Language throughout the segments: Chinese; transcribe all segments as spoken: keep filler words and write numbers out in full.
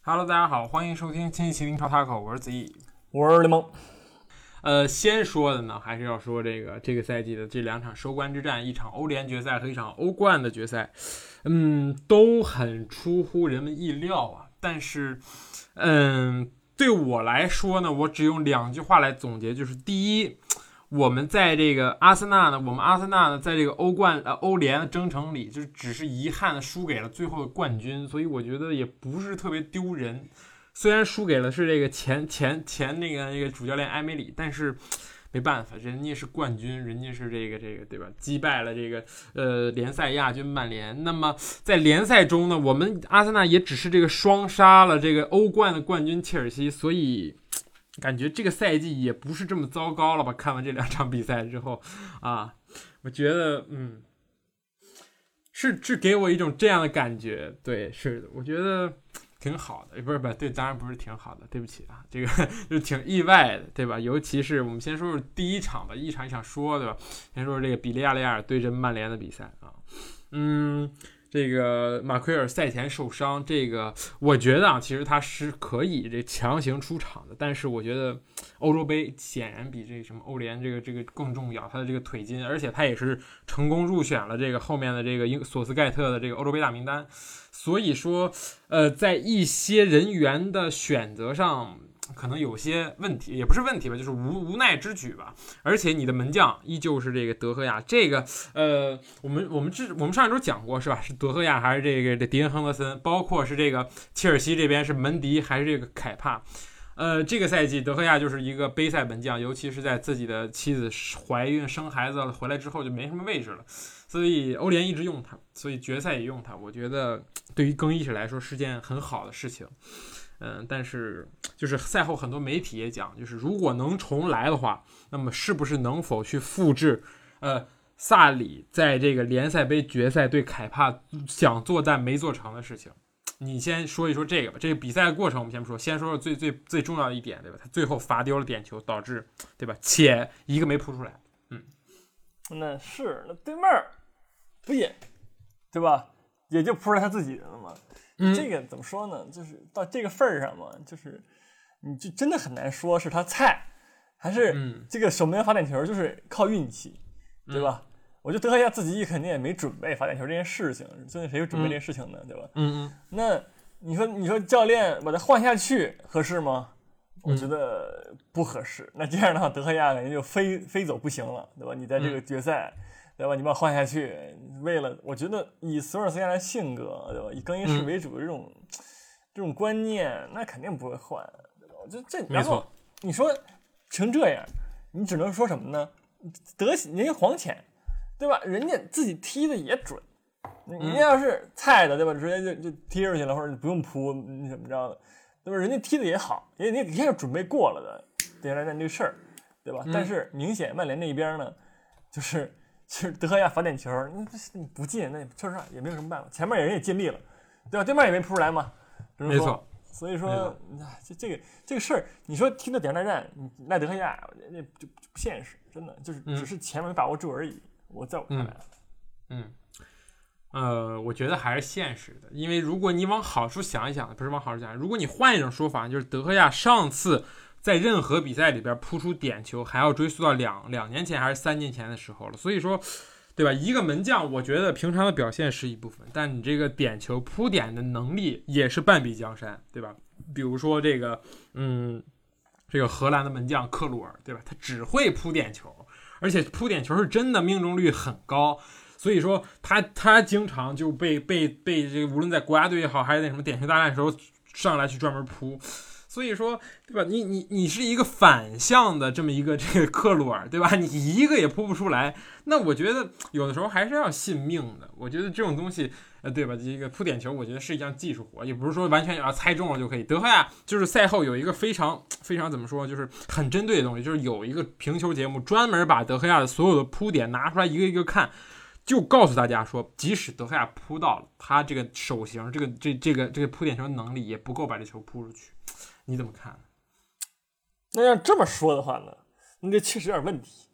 Hello， 大家好，欢迎收听新一期英超 Taco， 我是子毅， 我是雷蒙。 呃，先说的呢，还是要说这个这个赛季的这两场收官之战，一场欧联决赛和一场欧冠的决赛，嗯，都很出乎人们意料啊。但是，嗯，对我来说呢，我只用两句话来总结，就是第一，我们在这个阿森纳呢，我们阿森纳呢，在这个欧冠呃欧联的征程里，就是只是遗憾的输给了最后的冠军，所以我觉得也不是特别丢人。虽然输给了是这个前前前那个那个主教练埃梅里，但是没办法，人家是冠军，人家是这个这个对吧？击败了这个呃联赛亚军曼联。那么在联赛中呢，我们阿森纳也只是这个双杀了这个欧冠的冠军切尔西，所以感觉这个赛季也不是这么糟糕了吧？看完这两场比赛之后啊，我觉得嗯，是是给我一种这样的感觉。对，是的，我觉得挺好的，不是不是，对，当然不是挺好的，对不起啊，这个就挺意外的，对吧？尤其是我们先说说第一场吧，一场一场说，对吧？先说说这个比利亚雷亚尔对阵曼联的比赛啊，嗯。这个马奎尔赛前受伤，这个我觉得啊，其实他是可以这强行出场的，但是我觉得欧洲杯显然比这个什么欧联这个这个更重要，他的这个腿筋，而且他也是成功入选了这个后面的这个英索斯盖特的这个欧洲杯大名单，所以说，呃，在一些人员的选择上，可能有些问题，也不是问题吧，就是无无奈之举吧。而且你的门将依旧是这个德赫亚，这个呃，我们我们这我们上一周讲过是吧？是德赫亚还是这个这迪恩亨德森？包括是这个切尔西这边是门迪还是这个凯帕？呃，这个赛季德赫亚就是一个杯赛门将，尤其是在自己的妻子怀孕生孩子回来之后就没什么位置了，所以欧联一直用他，所以决赛也用他。我觉得对于更衣室来说是件很好的事情。嗯，但是就是赛后很多媒体也讲，就是如果能重来的话，那么是不是能否去复制呃萨里在这个联赛杯决赛对凯帕想做但没做成的事情？你先说一说这个吧。这个比赛的过程我们先不说，先说说最最最重要的一点，对吧？他最后罚丢了点球，导致对吧？且一个没扑出来。嗯， 那是那对面不也对吧？也就扑出来他自己的了嘛。嗯、这个怎么说呢？就是到这个份儿上嘛，就是你就真的很难说是他菜，还是这个守门员罚点球就是靠运气，嗯、对吧？我觉得德赫亚自己肯定也没准备罚点球这件事情，真的谁有准备这件事情呢？嗯、对吧？ 嗯嗯。 那你说你说教练把他换下去合适吗？我觉得不合适。嗯、那这样的话，德赫亚感觉就非非走不行了，对吧？你在这个决赛。嗯对吧？你把他换下去，为了我觉得以索尔斯克亚的性格，对吧？以更衣室为主的这种、嗯、这种观念，那肯定不会换，对吧？我觉得这没错。 你说成这样，你只能说什么呢？德人家黄潜，对吧？人家自己踢的也准，人家要是菜的，对吧？直接就就踢出去了，或者不用扑，你怎么着的，对吧？人家踢的也好，人家人家准备过了的，对来战这个事儿，对吧？嗯、但是明显曼联那一边呢，就是。其实德赫亚罚点球，你不进，那说实话也没有什么办法。前面人也尽力了，对吧？对面也没扑出来嘛， 没错。 所以说，这这个这个事儿，你说踢到点大战，赖德赫亚，那就不现实，真的就是只是前面没把握住而已。我在我看来， 嗯，呃，我觉得还是现实的，因为如果你往好处想一想，不是往好处想，如果你换一种说法，就是德赫亚上次。在任何比赛里边扑出点球，还要追溯到两两年前还是三年前的时候了。所以说，对吧？一个门将，我觉得平常的表现是一部分，但你这个点球扑点的能力也是半壁江山，对吧？比如说这个，嗯，这个荷兰的门将克鲁尔，对吧？他只会扑点球，而且扑点球是真的命中率很高。所以说他他经常就被被被这个无论在国家队也好，还是那什么点球大战的时候上来去专门扑。所以说，对吧？你你你是一个反向的这么一个这个克鲁尔，对吧？你一个也扑不出来，那我觉得有的时候还是要信命的。我觉得这种东西，呃，对吧？这个扑点球，我觉得是一项技术活，也不是说完全要猜中了就可以。德赫亚就是赛后有一个非常非常怎么说，就是很针对的东西，就是有一个评球节目专门把德赫亚的所有的扑点拿出来一个一个看。就告诉大家说，即使德赫亚扑到了，他这个手型，这个这这个这个扑点球的能力也不够把这球扑出去。你怎么看？ 那要这么说的话呢，那这确实有点问题。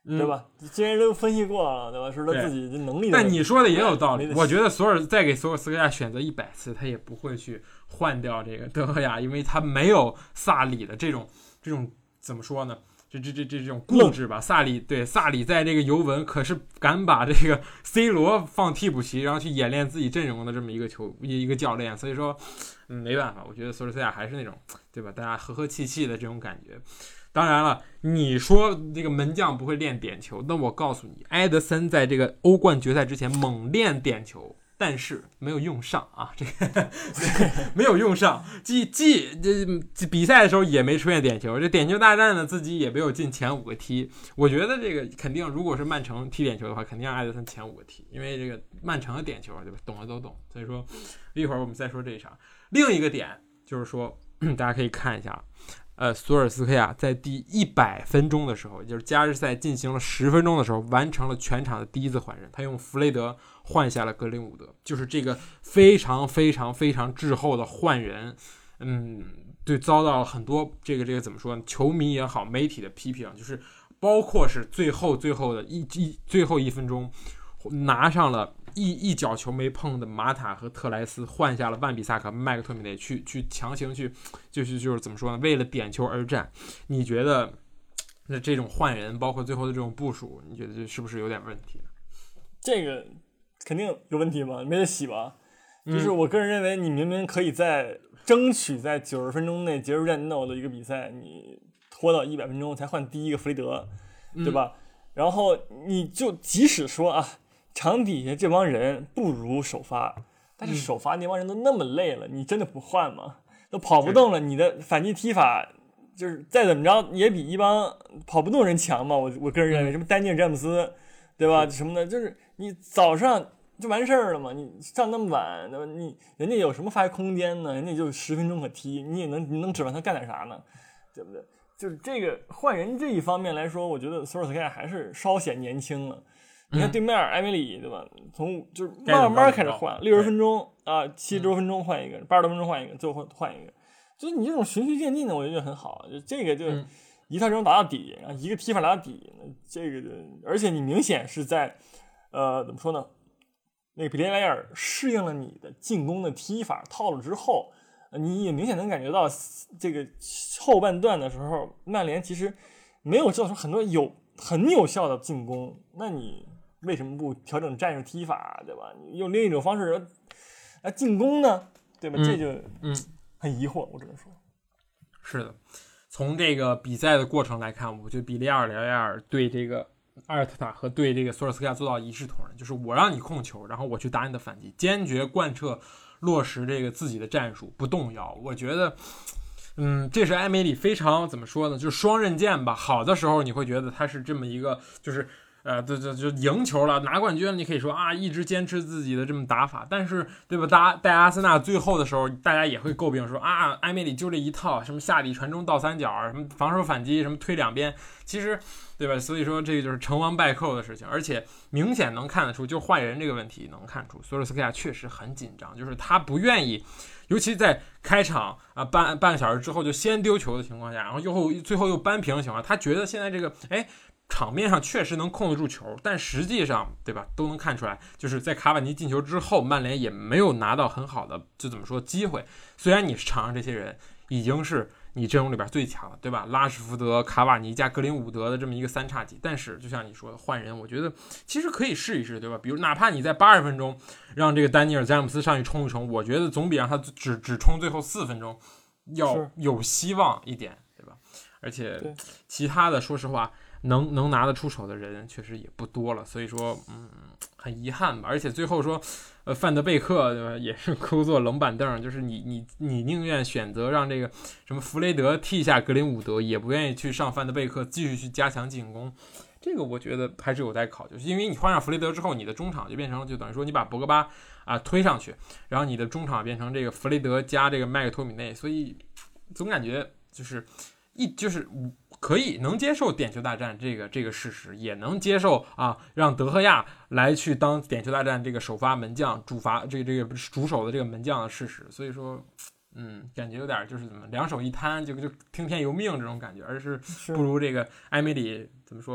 对吧？既然都分析过了，对吧？是他自己的能力的。 但你说的也有道理，我觉得索尔再给索尔斯克亚选择一百次，他也不会去换掉这个德赫亚，因为他没有萨里的这种这种怎么说呢？这这这这这种固执吧。萨里对萨里在这个尤文可是敢把这个 C 罗放替补席，然后去演练自己阵容的这么一个球一个教练，所以说嗯没办法，我觉得索尔斯克亚还是那种对吧？大家和和气气的这种感觉。当然了，你说这个门将不会练点球，那我告诉你，埃德森在这个欧冠决赛之前猛练点球，但是没有用上啊，这个没有用上，既既这比赛的时候也没出现点球，这点球大战呢自己也没有进前五个踢。我觉得这个肯定，如果是曼城踢点球的话，肯定让埃德森前五个踢，因为这个曼城的点球对吧，懂的都懂。所以说，一会儿我们再说这一场。另一个点就是说，大家可以看一下。呃，索尔斯克亚在第一百分钟的时候，也就是加时赛进行了十分钟的时候，完成了全场的第一次换人。他用弗雷德换下了格林伍德，就是这个非常非常非常滞后的换人，嗯，对，遭到了很多这个这个怎么说呢？球迷也好，媒体的批评，就是包括是最后最后的一一最后一分钟拿上了。一一脚球没碰的马塔和特莱斯换下了万比萨克、麦克托米内去去强行去就是就是怎么说呢？为了点球而战。你觉得那这种换人，包括最后的这种部署，你觉得这是不是有点问题呢？ 这个肯定有问题嘛，没得洗吧？就是我个人认为，你明明可以在争取在九十分钟内结束战斗的一个比赛，你拖到一百分钟才换第一个弗雷德，对吧？嗯、然后你就即使说啊。场底下这帮人不如首发，但是首发那帮人都那么累了，嗯、你真的不换吗？都跑不动了，你的反击踢法就是再怎么着也比一帮跑不动人强嘛。我我个人认为，什么丹尼尔詹姆斯，对吧？什么的，就是你早上就完事儿了嘛，你上那么晚，对吧？你人家有什么发挥空间呢？人家就十分钟可踢，你也能你能指望他干点啥呢？对不对？就是这个换人这一方面来说，我觉得索尔斯克亚还是稍显年轻了。你看对面埃梅里，对吧？从就是慢慢开始换，六十分钟啊，七十多分钟换一个，八十多分钟换一个，最后换一个，就是你这种循序渐进的，我觉得很好。就这个就一套阵容打到底，然后一个踢法打到底，这个就而且你明显是在呃怎么说呢？那个比利莱尔适应了你的进攻的踢法套路之后，你也明显能感觉到这个后半段的时候，曼联其实没有造成很多有很有效的进攻，那你。为什么不调整战术踢法，对吧？你用另一种方式来进攻呢，对吧？ 嗯、 这就嗯很疑惑，我只能说。 是的，从这个比赛的过程来看，我觉得比利亚雷亚尔对这个阿尔特塔和对这个索尔斯克亚做到一视同仁，就是我让你控球，然后我去打你的反击，坚决贯彻落实这个自己的战术，不动摇。我觉得。嗯，这是埃梅里非常怎么说呢？就是双刃剑吧。好的时候你会觉得他是这么一个，就是呃，就就就赢球了，拿冠军了，你可以说啊，一直坚持自己的这么打法。但是，对吧？大带阿森纳最后的时候，大家也会诟病说啊，埃梅里就这一套，什么下底传中倒三角，什么防守反击，什么推两边，其实，对吧？所以说这个就是成王败寇的事情。而且明显能看得出，就换人这个问题能看出，索尔斯克亚确实很紧张，就是他不愿意。尤其在开场啊半半个小时之后就先丢球的情况下，然后又后最后又扳平的情况下，他觉得现在这个哎场面上确实能控得住球，但实际上对吧都能看出来，就是在卡瓦尼进球之后，曼联也没有拿到很好的就怎么说机会。虽然你场上这些人已经是你阵容里边最强的，对吧？拉什福德、卡瓦尼加格林伍德的这么一个三叉戟，但是就像你说的换人，我觉得其实可以试一试，对吧？比如哪怕你在八十分钟让这个丹尼尔·詹姆斯上去冲一冲，我觉得总比让他只只冲最后四分钟要有希望一点，对吧？而且其他的，说实话，能能拿得出手的人确实也不多了，所以说，嗯，很遗憾吧。而且最后说。呃，范德贝克对吧，也是抠坐冷板凳，就是你你你宁愿选择让这个什么弗雷德替下格林伍德，也不愿意去上范德贝克继续去加强进攻。这个我觉得还是有待考究，因为你换上弗雷德之后，你的中场就变成就等于说你把博格巴啊、呃、推上去，然后你的中场变成这个弗雷德加这个麦克托米内，所以总感觉就是一就是可以能接受点球大战这个这个事实，也能接受啊让德赫亚来去当点球大战这个首发门将主罚这个这个主守的这个门将的事实，所以说嗯感觉有点就是怎么两手一摊就就听天由命这种感觉，而是不如这个埃梅里怎么说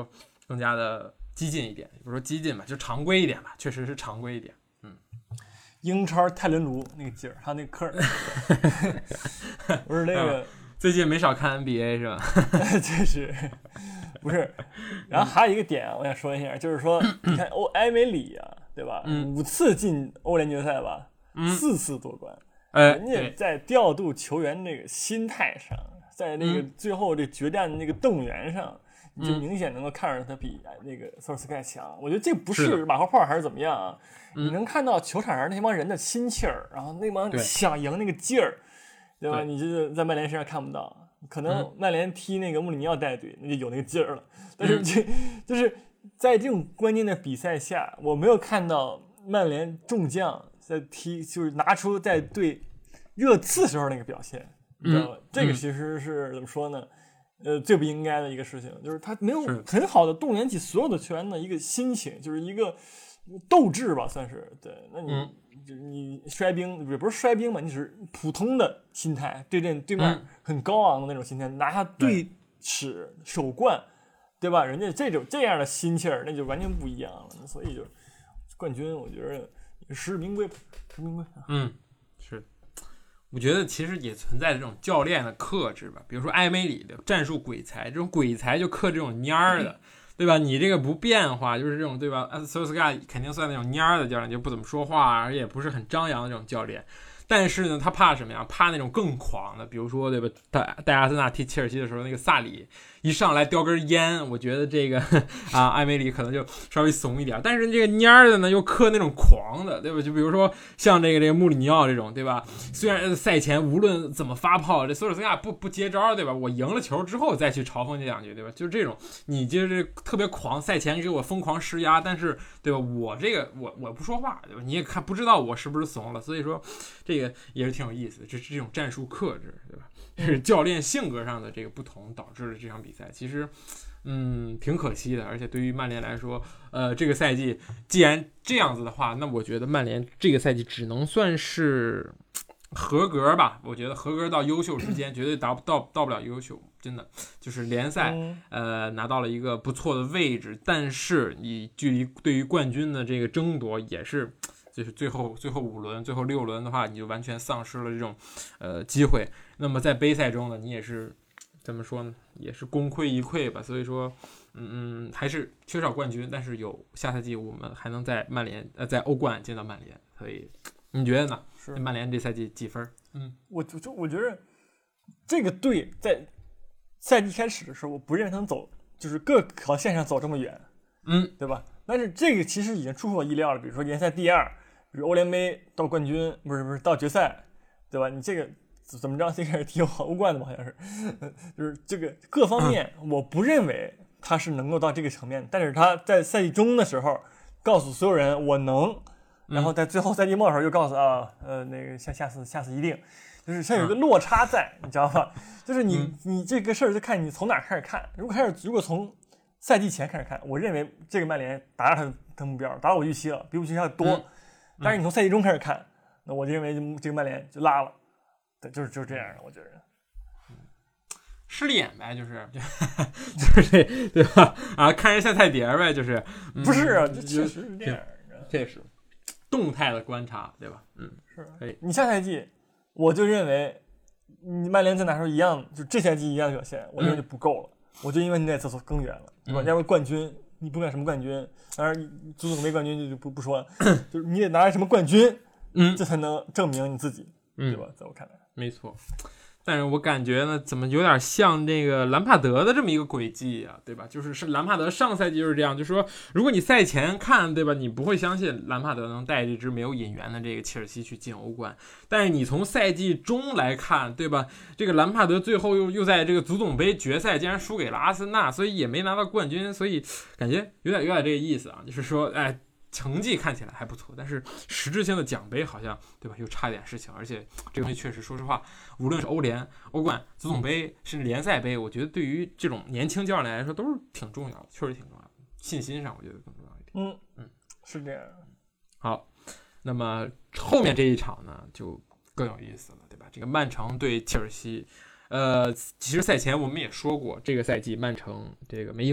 更加的激进一点，也不是说激进吧，就常规一点吧，确实是常规一点。嗯， 英超泰伦卢那个劲儿，还有那个科尔，不是那个、 嗯、最近没少看 N B A 是吧？ 确实不是。然后还有一个点，我想说一下，就是说，你看欧埃梅里啊，对吧？ 嗯、 五次进欧联决赛吧， 嗯、 四次夺冠。 呃， 人家在调度球员这个心态上，在那个最后这决战的那个动员上， 嗯、 就明显能够看出他比那个索尔斯克亚强。我觉得这不是马后炮还是怎么样啊？ 嗯、 你能看到球场上那帮人的心气儿，然后那帮想赢那个劲儿，对吧？ 对你这在曼联身上看不到。可能曼联踢那个穆里尼奥带队，那就有那个劲儿了。但是这、嗯、就是在这种关键的比赛下，我没有看到曼联众将在踢，就是拿出在对热刺时候那个表现，你知道吗？ 嗯、 这个其实是、嗯、怎么说呢？呃，最不应该的一个事情，就是他没有很好的动员起所有的球员的一个心情，就是一个斗志吧，算是对。那你、 嗯、 你衰兵也不是衰兵嘛，你只是普通的心态对阵对面很高昂的那种心态，嗯、拿下对齿首冠，对吧？人家这种这样的心气儿，那就完全不一样了。所以就冠军，我觉得实至名归，实至名归。 嗯，是。我觉得其实也存在这种教练的克制吧，比如说埃梅里的战术鬼才，这种鬼才就克这种蔫儿的，对吧？你这个不变化，就是这种，对吧？索尔斯克亚肯定算那种蔫儿的教练，就不怎么说话，而且也不是很张扬的这种教练。但是呢，他怕什么呀？怕那种更狂的，比如说，对吧？带带阿森纳踢切尔西的时候，那个萨里一上来叼根烟，我觉得这个啊，埃梅里可能就稍微怂一点。但是这个蔫儿的呢，又克那种狂的，对吧？就比如说像这个这个穆里尼奥这种，对吧？虽然赛前无论怎么发炮，这索尔斯克亚不不接招，对吧？我赢了球之后再去嘲讽这两句，对吧？就是这种，你就是特别狂，赛前给我疯狂施压，但是对吧？我这个我我不说话，对吧？你也看不知道我是不是怂了，所以说这个。这个也是挺有意思的，这是这种战术克制，对吧？是教练性格上的这个不同导致了这场比赛，其实，嗯，挺可惜的。而且对于曼联来说，呃，这个赛季既然这样子的话，那我觉得曼联这个赛季只能算是合格吧。我觉得合格到优秀之间，绝对达不到到不了优秀，真的就是联赛呃拿到了一个不错的位置，但是你距离对于冠军的这个争夺也是。就是最后最后五轮最后六轮的话，你就完全丧失了这种呃机会。那么在杯赛中呢，你也是怎么说呢，也是功亏一篑吧。所以说嗯嗯还是缺少冠军，但是有下赛季我们还能在曼联呃在欧冠见到曼联。所以你觉得呢？ 是曼联这赛季几分？嗯， 我就我觉得这个队在赛季开始的时候，我不认为他能走就是各条线上走这么远， 嗯， 对吧？但是这个其实已经出乎我意料了。比如说联赛第二，比如欧联杯到冠军，不是不是到决赛，对吧？你这个怎么着？最开始踢欧冠的嘛，好像是，就是这个各方面，我不认为他是能够到这个层面。但是他在赛季中的时候告诉所有人我能，然后在最后赛季末的时候又告诉啊，呃，那个下下次下次一定，就是它有一个落差在，你知道吧？就是你你这个事儿就看你从哪开始看。如果开始如果从赛季前开始看，我认为这个曼联达到他的目标，达到我预期了，比我预期要多。嗯但是你从赛季中开始看，那我就认为这个曼联就拉了，对，就是就是这样的，我觉得。 势利眼呗，就是就就是对吧？啊，看人下菜碟呗，就是、 嗯、不是啊，这确实是这样， 这是动态的观察，对吧？嗯， 是。 可以。 你下赛季，我就认为你曼联再拿出一样，就这赛季一样的表现，我认为就不够了。嗯、我就因为你得走走更远了，对吧？要不冠军。你不管什么冠军，当然足总杯冠军就不不说了，就是你得拿什么冠军， 嗯， 这才能证明你自己， 嗯、 对吧？在我看来， 没错。但是我感觉呢，怎么有点像这个兰帕德的这么一个轨迹啊，对吧？就是是兰帕德上赛季就是这样，就是说，如果你赛前看，对吧，你不会相信兰帕德能带这支没有引援的这个切尔西去进欧冠。但是你从赛季中来看，对吧？这个兰帕德最后又又在这个足总杯决赛竟然输给了阿森纳，所以也没拿到冠军，所以感觉有点有点这个意思啊，就是说，哎。成绩看起来还不错，但是实质性的奖杯好像对吧又差点事情，而且这个东西确实说实话，无论是欧联、欧冠、足总杯甚至联赛杯，我觉得对于这种年轻教练来说都是挺重要的，确实挺重要的，信心上我觉得更重要一点。 嗯嗯，是这样。 好，那么后面这一场呢就更有意思了，对吧？这个曼城对切尔西。呃，其实赛前我们也说过，这个赛季曼城这个没赢过，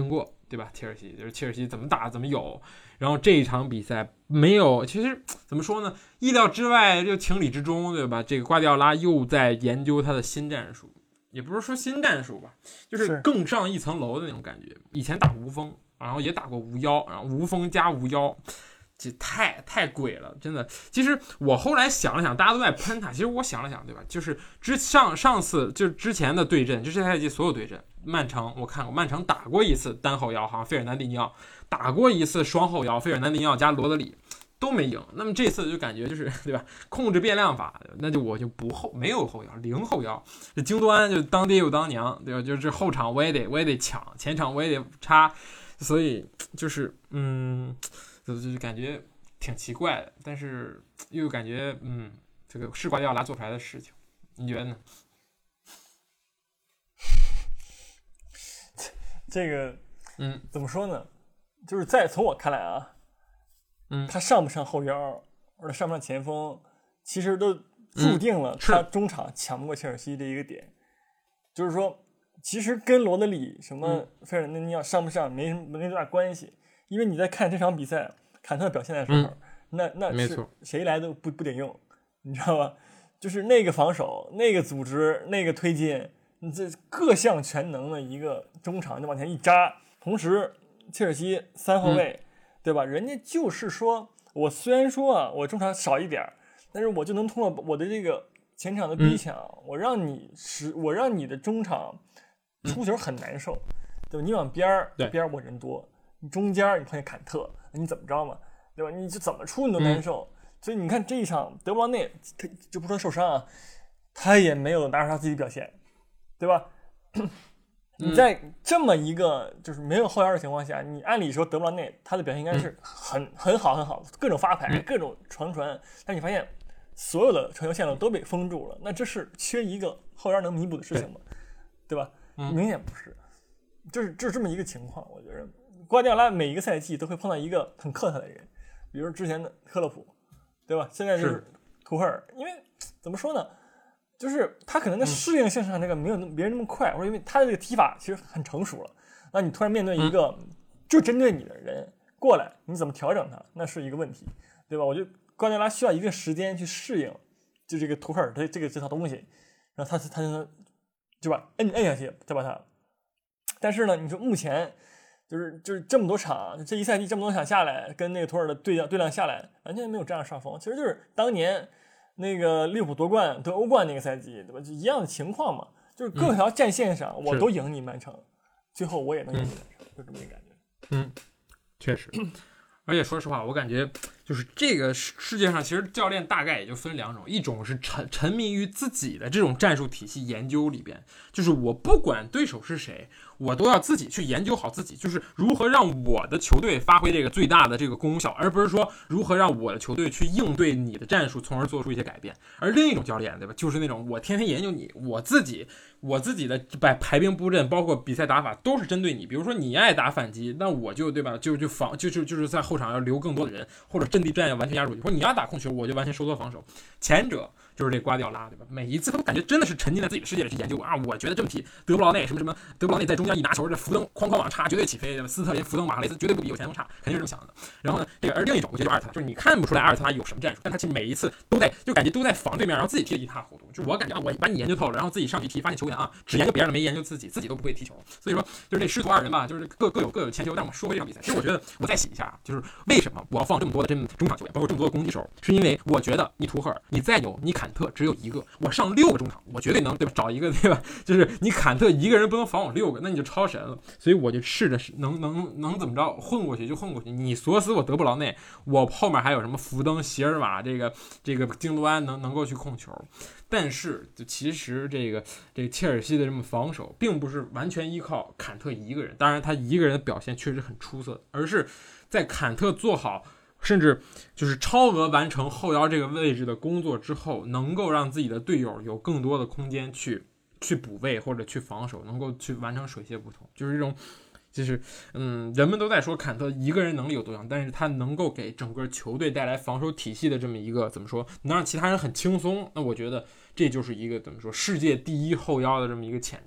对吧？切尔西就是切尔西怎么打怎么有，然后这一场比赛没有，其实怎么说呢？意料之外又情理之中，对吧？这个瓜迪奥拉又在研究他的新战术，也不是说新战术吧，就是更上一层楼的那种感觉。以前打无锋，然后也打过无腰，然后无锋加无腰。这太太鬼了，真的。其实我后来想了想，大家都在喷他。其实我想了想，对吧？就是之上上次就是之前的对阵，就这赛季所有对阵，曼城我看过，曼城打过一次单后腰，好像费尔南迪尼奥打过一次双后腰，费尔南迪尼奥加罗德里都没赢。那么这次就感觉就是对吧？控制变量法，那就我就不后没有后腰，零后腰。这京多安就当爹又当娘，对吧？就是后场我也得我也得抢，前场我也得插，所以就是嗯。就是感觉挺奇怪的，但是又感觉嗯，这个是瓜迪奥拉做出来的事情，你觉得呢？ 这个嗯， 怎么说呢？就是在从我看来啊， 嗯， 他上不上后腰，或者上不上前锋，其实都注定了他中场抢不过切尔西这一个点。嗯、就是说，其实跟罗德里什么费尔南迪尼奥上不上没什么没多大关系。因为你在看这场比赛坎特表现的时候， 嗯、 那那是谁来都不不顶用，你知道吧？就是那个防守、那个组织、那个推进，你这各项全能的一个中场就往前一扎。同时，切尔西三后卫，嗯、对吧？人家就是说我虽然说啊，我中场少一点，但是我就能通过我的这个前场的逼抢，嗯、我让你使我让你的中场出球很难受，对吧？你往边儿边儿我人多。中间你碰见坎特，你怎么着嘛，对吧？你就怎么出你都难受。嗯、所以你看这一场德布劳内，他就不说受伤啊，他也没有拿出他自己表现，对吧？嗯、你在这么一个就是没有后腰的情况下，你按理说德布劳内他的表现应该是很、嗯、很好很好，各种发牌，嗯、各种传传，但你发现所有的传球线路都被封住了，那这是缺一个后腰能弥补的事情吗？对, 对吧？ 嗯、 明显不是，就是就是这么一个情况，我觉得。瓜迪奥拉每一个赛季都会碰到一个很克他的人，比如之前的克洛普，对吧？现在就是图赫尔，因为怎么说呢，就是他可能在适应性上这个没有别人那么快，或者因为他的这个踢法其实很成熟了，那你突然面对一个就针对你的人过来，你怎么调整他，那是一个问题，对吧？我觉得瓜迪奥拉需要一定时间去适应，就这个图赫尔的这个这套东西，然后他他才能对吧？摁摁下去，再把他。但是呢，你说目前。就是就是这么多场，这一赛季这么多场下来，跟那个图尔的对量对量下来，完全没有这样上风。其实就是当年那个利物浦夺冠得欧冠那个赛季，对吧？就一样的情况嘛，就是各条战线上、嗯、我都赢你曼城，最后我也能赢你曼城，就这么一个感觉。 嗯，确实。而且说实话，我感觉就是这个世界上，其实教练大概也就分两种，一种是沉沉迷于自己的这种战术体系研究里边，就是我不管对手是谁，我都要自己去研究好自己，就是如何让我的球队发挥这个最大的这个功效，而不是说如何让我的球队去应对你的战术，从而做出一些改变。而另一种教练，对吧，就是那种我天天研究你，我自己我自己的排排兵布阵，包括比赛打法都是针对你。比如说你爱打反击，那我就对吧，就就防就就就是在后场要留更多的人，或者阵地战要完全压入去，或者你要打控球，我就完全收缩防守。前者就是这瓜迪奥拉，对吧？每一次他都感觉真的是沉浸在自己的世界里去研究啊！我觉得这么踢德布劳内什么什么，德布劳内在中间一拿球，这福登哐哐往插，绝对起飞，对吧？斯特林、福登、马赫雷斯绝对不比有前锋差，肯定是这么想的。然后呢，这个而另一种我觉得就阿尔特拉，就是你看不出来阿尔特拉有什么战术，但他其实每一次都在就感觉都在防对面，然后自己踢得一塌糊涂。就是我感觉啊，我把你研究透了，然后自己上去踢，发现球员啊只研究别人没研究自己，自己都不会踢球。所以说就是这师徒二人吧，就是各各有各有千秋。但我们说回这场比赛，其实我觉得我再洗一下，就是为什么我要放这么多的真中场球员，包括这么多的攻击手，是因为我觉得你图赫尔，你再牛，你坎特只有一个。我上六个中场，我绝对能，对吧？找一个，对吧？就是你坎特一个人不能防我六个，那你就超神了。所以我就试着能能能怎么着混过去就混过去。你锁死我德布劳内，我后面还有什么福登、席尔瓦，这个这个京多安能能够去控球。但是就其实这个这个切尔西的这么防守，并不是完全依靠坎特一个人。当然他一个人的表现确实很出色，而是在坎特做好。甚至就是超额完成后腰这个位置的工作之后，能够让自己的队友有更多的空间去去补位或者去防守，能够去完成水泄不通。就是这种，就是嗯，人们都在说坎特一个人能力有多强，但是他能够给整个球队带来防守体系的这么一个怎么说，能让其他人很轻松。那我觉得这就是一个怎么说世界第一后腰的这么一个潜质。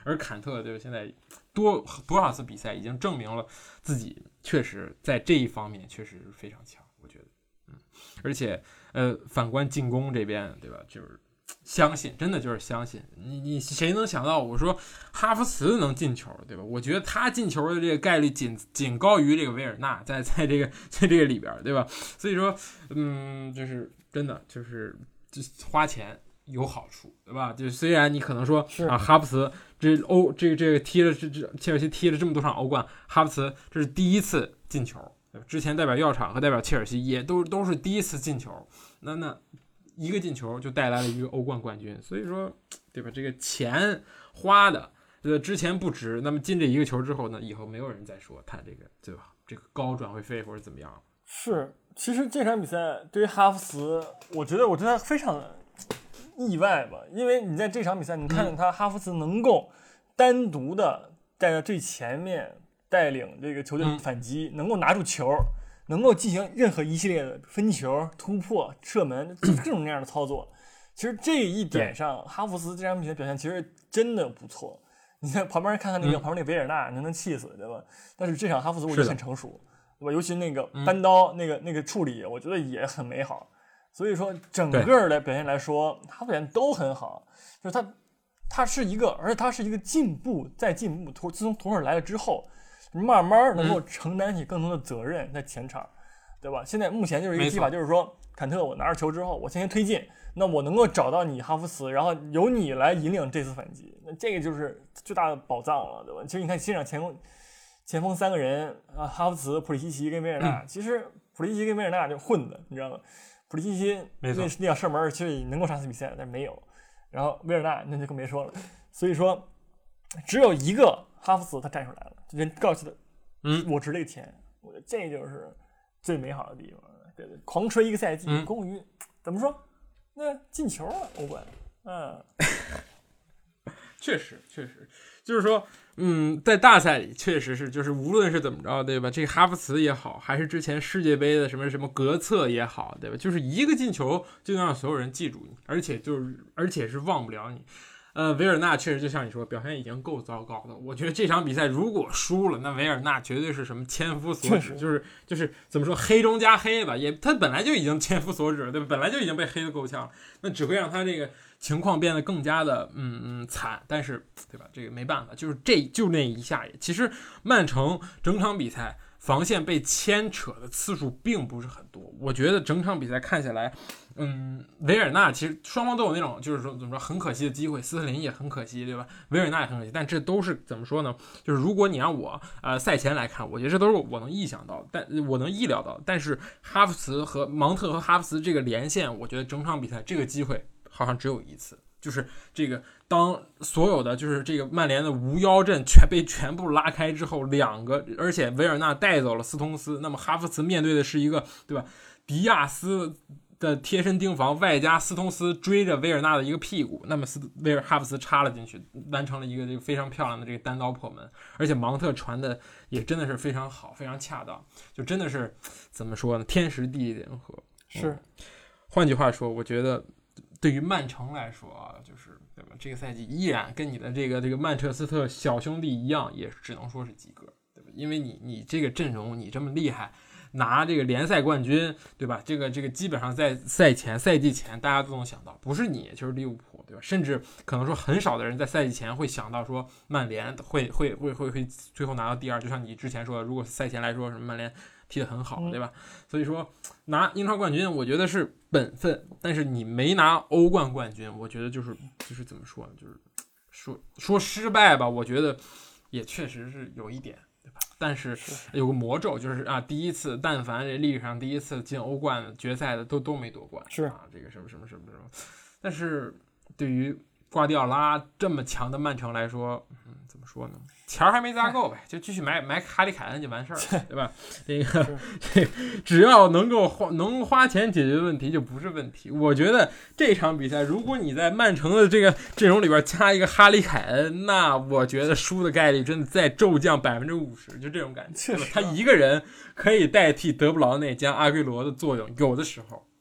而坎特就是现在多多少次比赛已经证明了自己确实在这一方面确实非常强，我觉得，嗯，而且呃，反观进攻这边，对吧？就是相信，真的就是相信你，你谁能想到我说哈弗茨能进球，对吧？我觉得他进球的这个概率仅仅高于这个维尔纳，在在这个在这个里边，对吧？所以说，嗯，就是真的就是就花钱有好处，对吧？就虽然你可能说啊，哈弗茨这欧这个这个踢了这这切尔西踢了这么多场欧冠，哈弗茨这是第一次进球，对吧？之前代表药厂和代表切尔西也都都是第一次进球，那那。一个进球就带来了一个欧冠冠军，所以说，对吧？这个钱花的，呃，之前不值，那么进这一个球之后呢，以后没有人再说他这个，对吧？这个高转会费或者怎么样。 是，其实这场比赛对于哈弗茨，我觉得我对他非常的意外吧，因为你在这场比赛，你看见他哈弗茨能够单独的站在最前面带领这个球队反击，嗯、能够拿住球。能够进行任何一系列的分球、突破、射门各种各样的操作，其实这一点上，哈弗茨这场比赛表现其实真的不错。你在旁边看看那个、嗯、旁边那个维尔纳，能能气死，对吧？但是这场哈弗茨我觉得很成熟，对吧？尤其那个单刀、嗯、那个那个处理，我觉得也很美好。所以说整个的表现来说，他表现都很好。就是他，他是一个，而且他是一个进步再进步。自从图赫尔来了之后。慢慢能够承担起更多的责任在前场，对吧？现在目前就是一个踢法，就是说坎特我拿着球之后，我先行推进，那我能够找到你哈弗茨，然后由你来引领这次反击，那这个就是最大的宝藏了，对吧？其实你看现场前锋前锋三个人啊，哈弗茨、普里西奇跟维尔纳，嗯、其实普里西奇跟维尔纳就混的，你知道吗？普里西奇那那场射门其实也能够杀死比赛，但是没有，然后维尔纳那就更别说了，所以说只有一个哈弗茨他站出来了。人告诉他，嗯，我值这个钱，我觉得这就是最美好的地方。对对，狂吹一个赛季，嗯、功于怎么说？那进球了，欧冠，嗯， 确实确实，就是说，嗯，在大赛里确实是，就是无论是怎么着，对吧？这个哈弗茨也好，还是之前世界杯的什么什么格策也好，对吧？就是一个进球就能让所有人记住你，而且就是而且是忘不了你。呃，维尔纳确实就像你说，表现已经够糟糕的。我觉得这场比赛如果输了，那维尔纳绝对是什么千夫所指，就是就是怎么说黑中加黑吧，也他本来就已经千夫所指，对吧？本来就已经被黑得够呛，那只会让他这个情况变得更加的嗯嗯惨。但是对吧？这个没办法，就是这就那一下，其实曼城整场比赛防线被牵扯的次数并不是很多。我觉得整场比赛看下来。嗯，维尔纳其实双方都有那种就是说怎么说很可惜的机会，斯特林也很可惜，对吧？维尔纳也很可惜，但这都是怎么说呢？就是如果你让我呃赛前来看，我觉得这都是我能意想到，但我能意料到。但是哈弗茨和芒特和哈弗茨这个连线，我觉得整场比赛这个机会好像只有一次，就是这个当所有的就是这个曼联的无腰阵全被全部拉开之后，两个而且维尔纳带走了斯通斯，那么哈弗茨面对的是一个对吧？迪亚斯的贴身盯防，外加斯通斯追着维尔纳的一个屁股，那么斯维尔哈弗茨插了进去，完成了一个这个非常漂亮的这个单刀破门，而且芒特传的也真的是非常好，非常恰当，就真的是怎么说呢？天时地利人和。 是， 嗯、换句话说，我觉得对于曼城来说啊，就是对吧？这个赛季依然跟你的这个这个曼彻斯特小兄弟一样，也只能说是及格，对吧？因为你你这个阵容你这么厉害。拿这个联赛冠军，对吧？这个这个基本上在赛前、赛季前，大家都能想到，不是你就是利物浦，对吧？甚至可能说很少的人在赛季前会想到说曼联会会会会会最后拿到第二。就像你之前说的，如果赛前来说什么曼联踢得很好，对吧？所以说拿英超冠军，我觉得是本分，但是你没拿欧冠冠军，我觉得就是就是怎么说呢？就是说说失败吧，我觉得也确实是有一点。但是有个魔咒，就是啊，第一次，但凡这历史上第一次进欧冠决赛的都都没夺冠， 是啊，这个什么什么什么什么。但是对于瓜迪奥拉这么强的曼城来说，嗯，怎么说呢？钱还没砸够呗，就继续买买哈里凯恩就完事儿了，对吧？这个这只要能够花能花钱解决问题，就不是问题。我觉得这场比赛，如果你在曼城的这个阵容里边加一个哈里凯恩，那我觉得输的概率真的再骤降百分之五十，就这种感觉。他一个人可以代替德布劳内加阿圭罗的作用，有的时候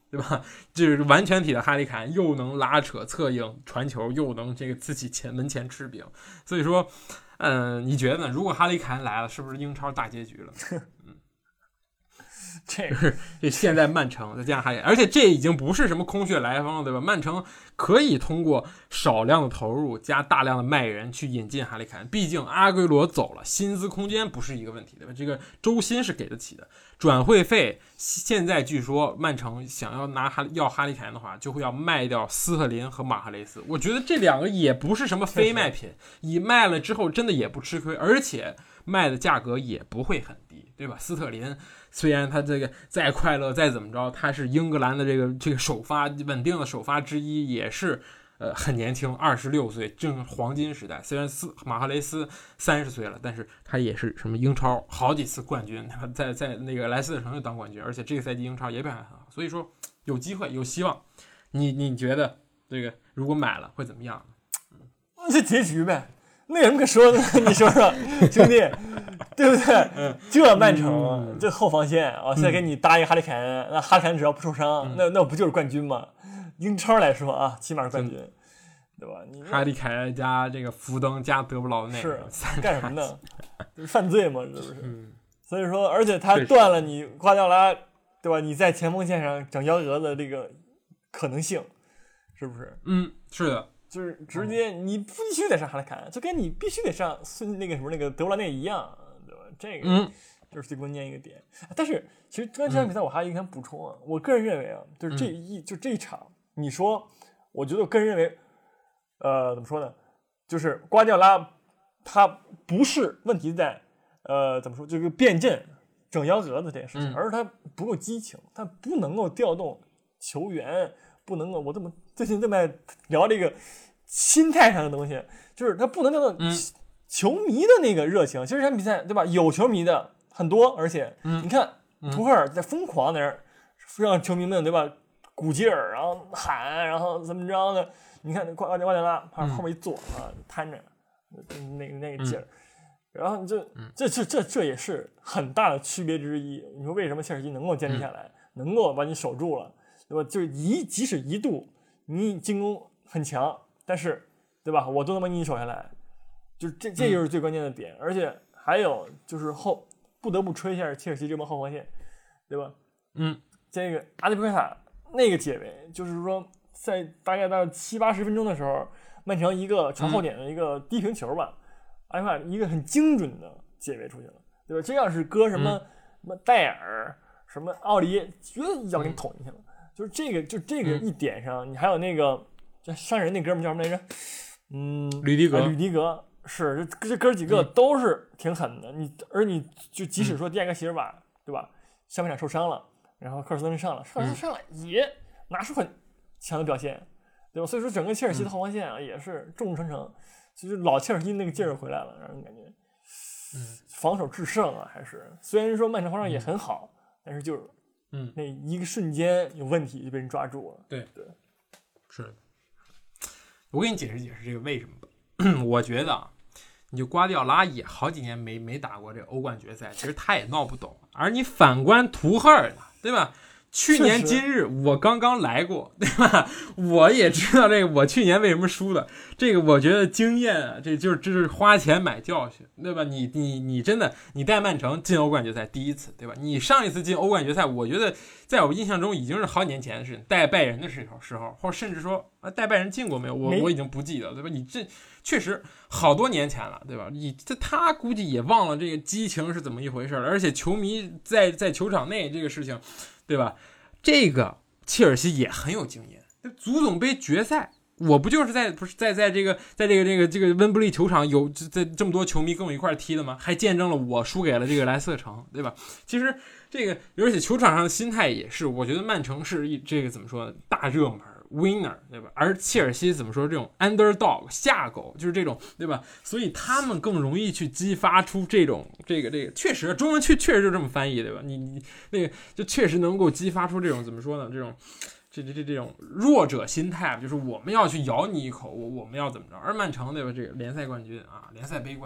对吧？就是完全体的哈里凯恩，又能拉扯策应传球，又能这个自己前门前吃饼。所以说，嗯、呃，你觉得呢？如果哈里凯恩来了，是不是英超大结局了？嗯， 这是这现在曼城再加上哈里凯恩，而且这已经不是什么空穴来风了，对吧？曼城可以通过少量的投入加大量的卖人去引进哈里凯恩，毕竟阿圭罗走了，薪资空间不是一个问题，对吧？这个周薪是给得起的。转会费现在据说曼城想要拿哈要哈里凯恩的话，就会要卖掉斯特林和马赫雷斯。我觉得这两个也不是什么非卖品，以卖了之后真的也不吃亏，而且卖的价格也不会很低，对吧？斯特林虽然他这个再快乐再怎么着，他是英格兰的这个这个首发稳定的首发之一，也是。呃，很年轻，二十六岁，正黄金时代。虽然斯马赫雷斯三十岁了，但是他也是什么英超好几次冠军，在在那个莱斯特城就当冠军，而且这个赛季英超也表现很好，所以说有机会，有希望。你你觉得这个如果买了会怎么样？ 嗯，这结局呗，那有什么可说的呢？你说说，兄弟，对不对？嗯，这曼城、嗯、这后防线啊，现在给你搭一个哈里凯恩，那哈里凯恩只要不受伤，嗯、那那不就是冠军吗？英超来说啊，起码是冠军，对吧？你哈里凯恩加这个福登加德布劳内是干什么呢？就是犯罪嘛，是不是？嗯、所以说，而且他断了你瓜迪奥拉，对吧？你在前锋线上整幺蛾的这个可能性，是不是？ 嗯，是的， 就是直接你必须得上哈里凯恩，就跟你必须得上孙那个什么那个德布劳内一样，对吧？这个就是最关键一个点。嗯、但是其实关于这场比赛，我还有一个想补充啊，我个人认为啊，就是这一、嗯、就这一场。你说，我觉得我个人认为，呃，怎么说呢？就是瓜迪奥拉他不是问题在，呃，怎么说？这个变阵、整幺蛾子这件事情， 嗯、 而是他不够激情，他不能够调动球员，不能够。我这么最近这么聊这个心态上的东西，就是他不能调动球迷的那个热情。嗯、其实这场比赛，对吧？有球迷的很多，而且、嗯、你看图赫尔在疯狂在那儿让球迷们，对吧？鼓劲儿，然后喊，然后怎么着的？你看瓜瓜迪奥拉，他后面一坐啊，瘫着，那那个劲儿，嗯、然后这这这这这也是很大的区别之一。你说为什么切尔西能够坚持下来，嗯、能够把你守住了，对吧？就是一即使一度你进攻很强，但是对吧，我都能把你守下来，就这这就是最关键的点。嗯、而且还有就是后不得不吹一下切尔西这帮后防线，对吧？ 嗯， 这个阿利普凯塔。那个解围就是说，在大概到七八十分钟的时候，曼城一个传后点的一个低平球吧，阿利普一个很精准的解围出去了，对吧？这要是搁什么、嗯、什么戴尔、什么奥利耶，绝对一脚给你捅进去了。嗯、就是这个，就这个一点上，嗯、你还有那个这伤人那哥们叫什么来着？嗯， 吕迪格， 啊、吕迪格是这这哥几个都是挺狠的。嗯、你而你就即使说第二个席尔瓦，对吧？下半场受伤了。然后科尔斯登上了，科尔斯登上了也拿出很强的表现，对吧？所以说整个切尔西的后防线啊，也是众志成城，就是老切尔西那个劲儿回来了，让人感觉， 嗯， 防守制胜啊，还是虽然说曼城防守也很好，嗯、但是就是， 嗯， 那一个瞬间有问题就被人抓住了。 对对， 是的。我给你解释解释这个为什么吧。我觉得啊，你就瓜迪奥拉也好几年没没打过这个欧冠决赛，其实他也闹不懂。而你反观图赫尔呢？对吧？去年今日我刚刚来过，对吧？我也知道这个，我去年为什么输的。这个我觉得经验啊，这就是这是花钱买教训，对吧？你你你真的你带曼城进欧冠决赛第一次，对吧？你上一次进欧冠决赛，我觉得在我印象中已经是好几年前的事情，带拜仁的时候时候，或者甚至说啊带拜仁进过没有？我我已经不记得，对吧？你这确实好多年前了，对吧？你这他估计也忘了这个激情是怎么一回事了，而且球迷在在球场内这个事情。对吧？这个切尔西也很有经验。足总杯决赛，我不就是在不是在在这个在这个这个这个温布利球场有在这么多球迷跟我一块踢的吗？还见证了我输给了这个莱斯特城，对吧？其实这个而且球场上的心态也是，我觉得曼城是一这个怎么说呢？大热门。winner 对吧？而切尔西怎么说？这种 underdog 下狗就是这种对吧？所以他们更容易去激发出这种这个这个，确实中文确确实就这么翻译对吧？你你那个就确实能够激发出这种怎么说呢？这种这这这这种弱者心态，就是我们要去咬你一口，我我们要怎么着？而曼城对吧？这个联赛冠军啊，联赛杯冠军，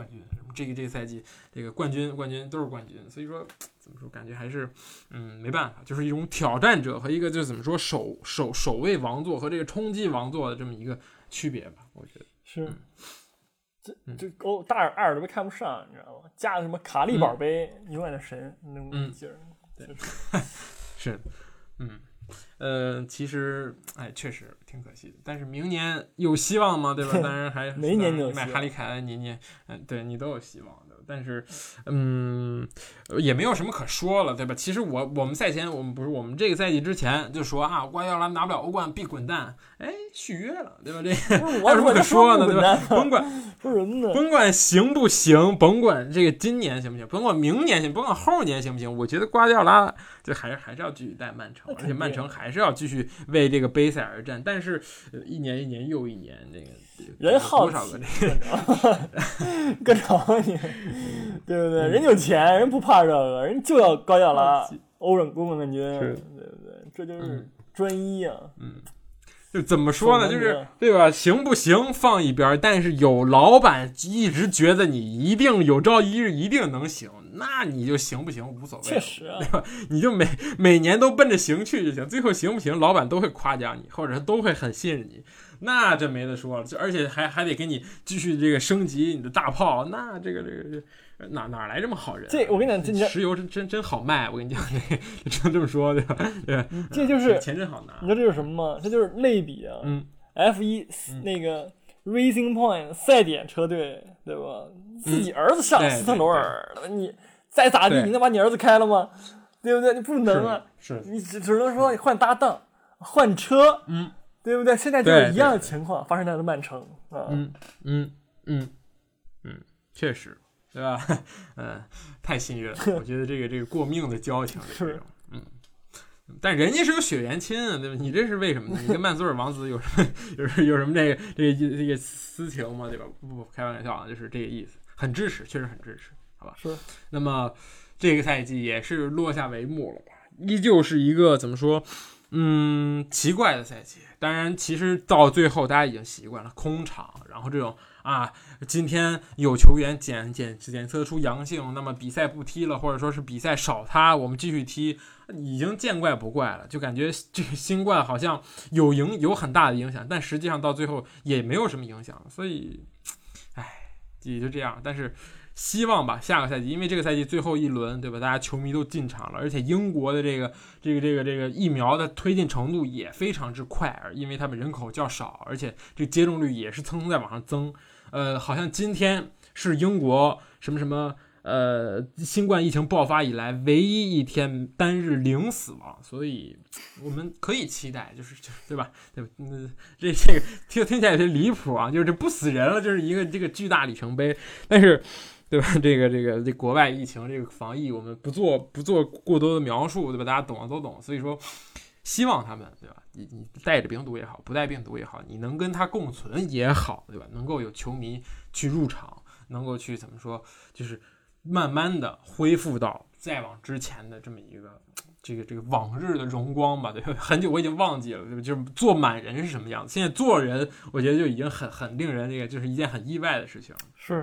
这个这个赛季这个冠军冠军都是冠军，所以说怎么说，感觉还是嗯没办法，就是一种挑战者和一个就怎么说首首首位王座和这个冲击王座的这么一个区别吧，我觉得是。 嗯这这欧大尔阿尔都被看不上，你知道吗？加的什么卡利宝贝，嗯、永远的神那种劲儿， 对，是，嗯，呃，其实哎，确实挺可惜的，但是明年有希望吗？对吧？当然还每一年都有你买哈里凯恩，你你嗯，对你都有希望的，但是嗯，也没有什么可说了，对吧？其实我我们赛前我们不是我们这个赛季之前就说啊，瓜迪奥拉拿不了欧冠必滚蛋，哎，续约了，对吧？这还有什么可说呢？对吧？甭管甭管行不行，甭管这个今年行不行，甭管明年行，甭管后年行不行，我觉得瓜迪奥拉就还是还是要继续带曼城，而且曼城还是要继续为这个杯赛而战。但是、呃、一年一年又一年，这个人好多少个这个各种你，对不对？人有钱，人不怕这个，人就要瓜迪奥拉欧冠欧冠冠军，对不对？这就是专一啊， 嗯。嗯就怎么说呢，就是对吧？行不行放一边，但是有老板一直觉得你一定有朝一日一定能行，那你就行不行无所谓， 确实、啊， 对吧？你就每每年都奔着行去就行，最后行不行，老板都会夸奖你，或者都会很信任你，那这没得说了，就而且还还得给你继续这个升级你的大炮，那这个这个这。哪哪来这么好人、啊？ 这我跟你讲， 石油真真真好卖，我跟你讲，只能这么说，对吧？对， 这就是钱真好拿。 你知道这是什么吗？这就是类比啊。 嗯 ，F 一、嗯、那个 Racing Point 赛点车队，对吧？自己儿子上斯特罗尔，嗯、你再咋地，你能把你儿子开了吗？对不对？你不能啊， 是，是你只只能说你换搭档、换车， 嗯， 对不对？现在就是一样的情况发生在了曼城啊。 嗯嗯嗯嗯，确实。对吧？嗯，太幸运了。我觉得这个这个过命的交情这种，嗯，但人家是有血缘亲啊，对吧？你这是为什么呢？你跟曼苏尔王子有什么有有什么这个这个这个私情吗？对吧？不不，开玩笑啊，就是这个意思，很支持，确实很支持，好吧？ 是。 那么这个赛季也是落下帷幕了吧？依旧是一个怎么说？嗯，奇怪的赛季。当然，其实到最后大家已经习惯了空场，然后这种。啊，今天有球员检检检测出阳性，那么比赛不踢了，或者说是比赛少他，我们继续踢，已经见怪不怪了。就感觉这个新冠好像有影有很大的影响，但实际上到最后也没有什么影响，所以，哎，也就这样。但是希望吧，下个赛季，因为这个赛季最后一轮，对吧？大家球迷都进场了，而且英国的这个这个这个这个疫苗的推进程度也非常之快，因为他们人口较少，而且这个接种率也是蹭蹭在往上增。呃，好像今天是英国什么什么呃新冠疫情爆发以来唯一一天单日零死亡，所以我们可以期待，就是对吧？对吧？嗯，这这个听听起来有些离谱啊，就是这不死人了，就是一个这个巨大里程碑，但是。对吧？这个这个这国外疫情这个防疫，我们不做不做过多的描述，对吧？大家懂的都懂。所以说，希望他们对吧？你你带着病毒也好，不带病毒也好，你能跟他共存也好，对吧？能够有球迷去入场，能够去怎么说，就是慢慢的恢复到再往之前的这么一个这个这个往日的荣光吧。对吧？很久我已经忘记了，对吧？就是做满人是什么样子。现在做人，我觉得就已经很很令人这个就是一件很意外的事情。 是。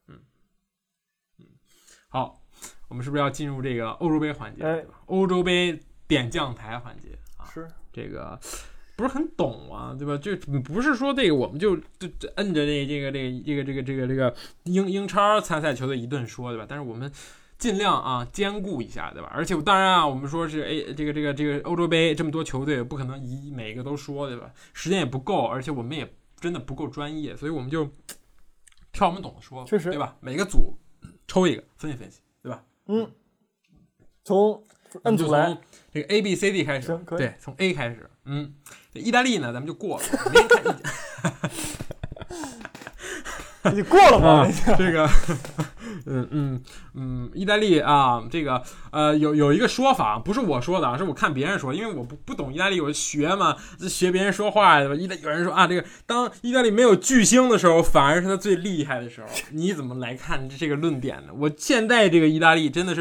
好，我们是不是要进入这个欧洲杯环节？ 哎， 欧洲杯点将台环节啊， 是这个不是很懂啊，对吧？就不是说这个我们就就摁着这这个这个这个这个这个这个英英超参赛球队一顿说，对吧？但是我们尽量啊兼顾一下，对吧？而且当然啊，我们说是哎这个这个这个欧洲杯这么多球队，不可能一每个都说，对吧？时间也不够，而且我们也真的不够专业，所以我们就挑我们懂的说， 确实， 对吧？每个组。抽一个分析分析，对吧？ 嗯，从按组来， 这个 A B C D 开始，对，从 A 开始。嗯，意大利呢，咱们就过了，没人看意见。你过了吗？ 啊、这个，嗯嗯嗯，意大利啊，这个呃，有有一个说法，不是我说的啊，是我看别人说，因为我不不懂意大利，我学嘛，学别人说话，对吧？意大有人说啊，这个当意大利没有巨星的时候，反而是他最厉害的时候。你怎么来看这个论点呢？我现在这个意大利真的是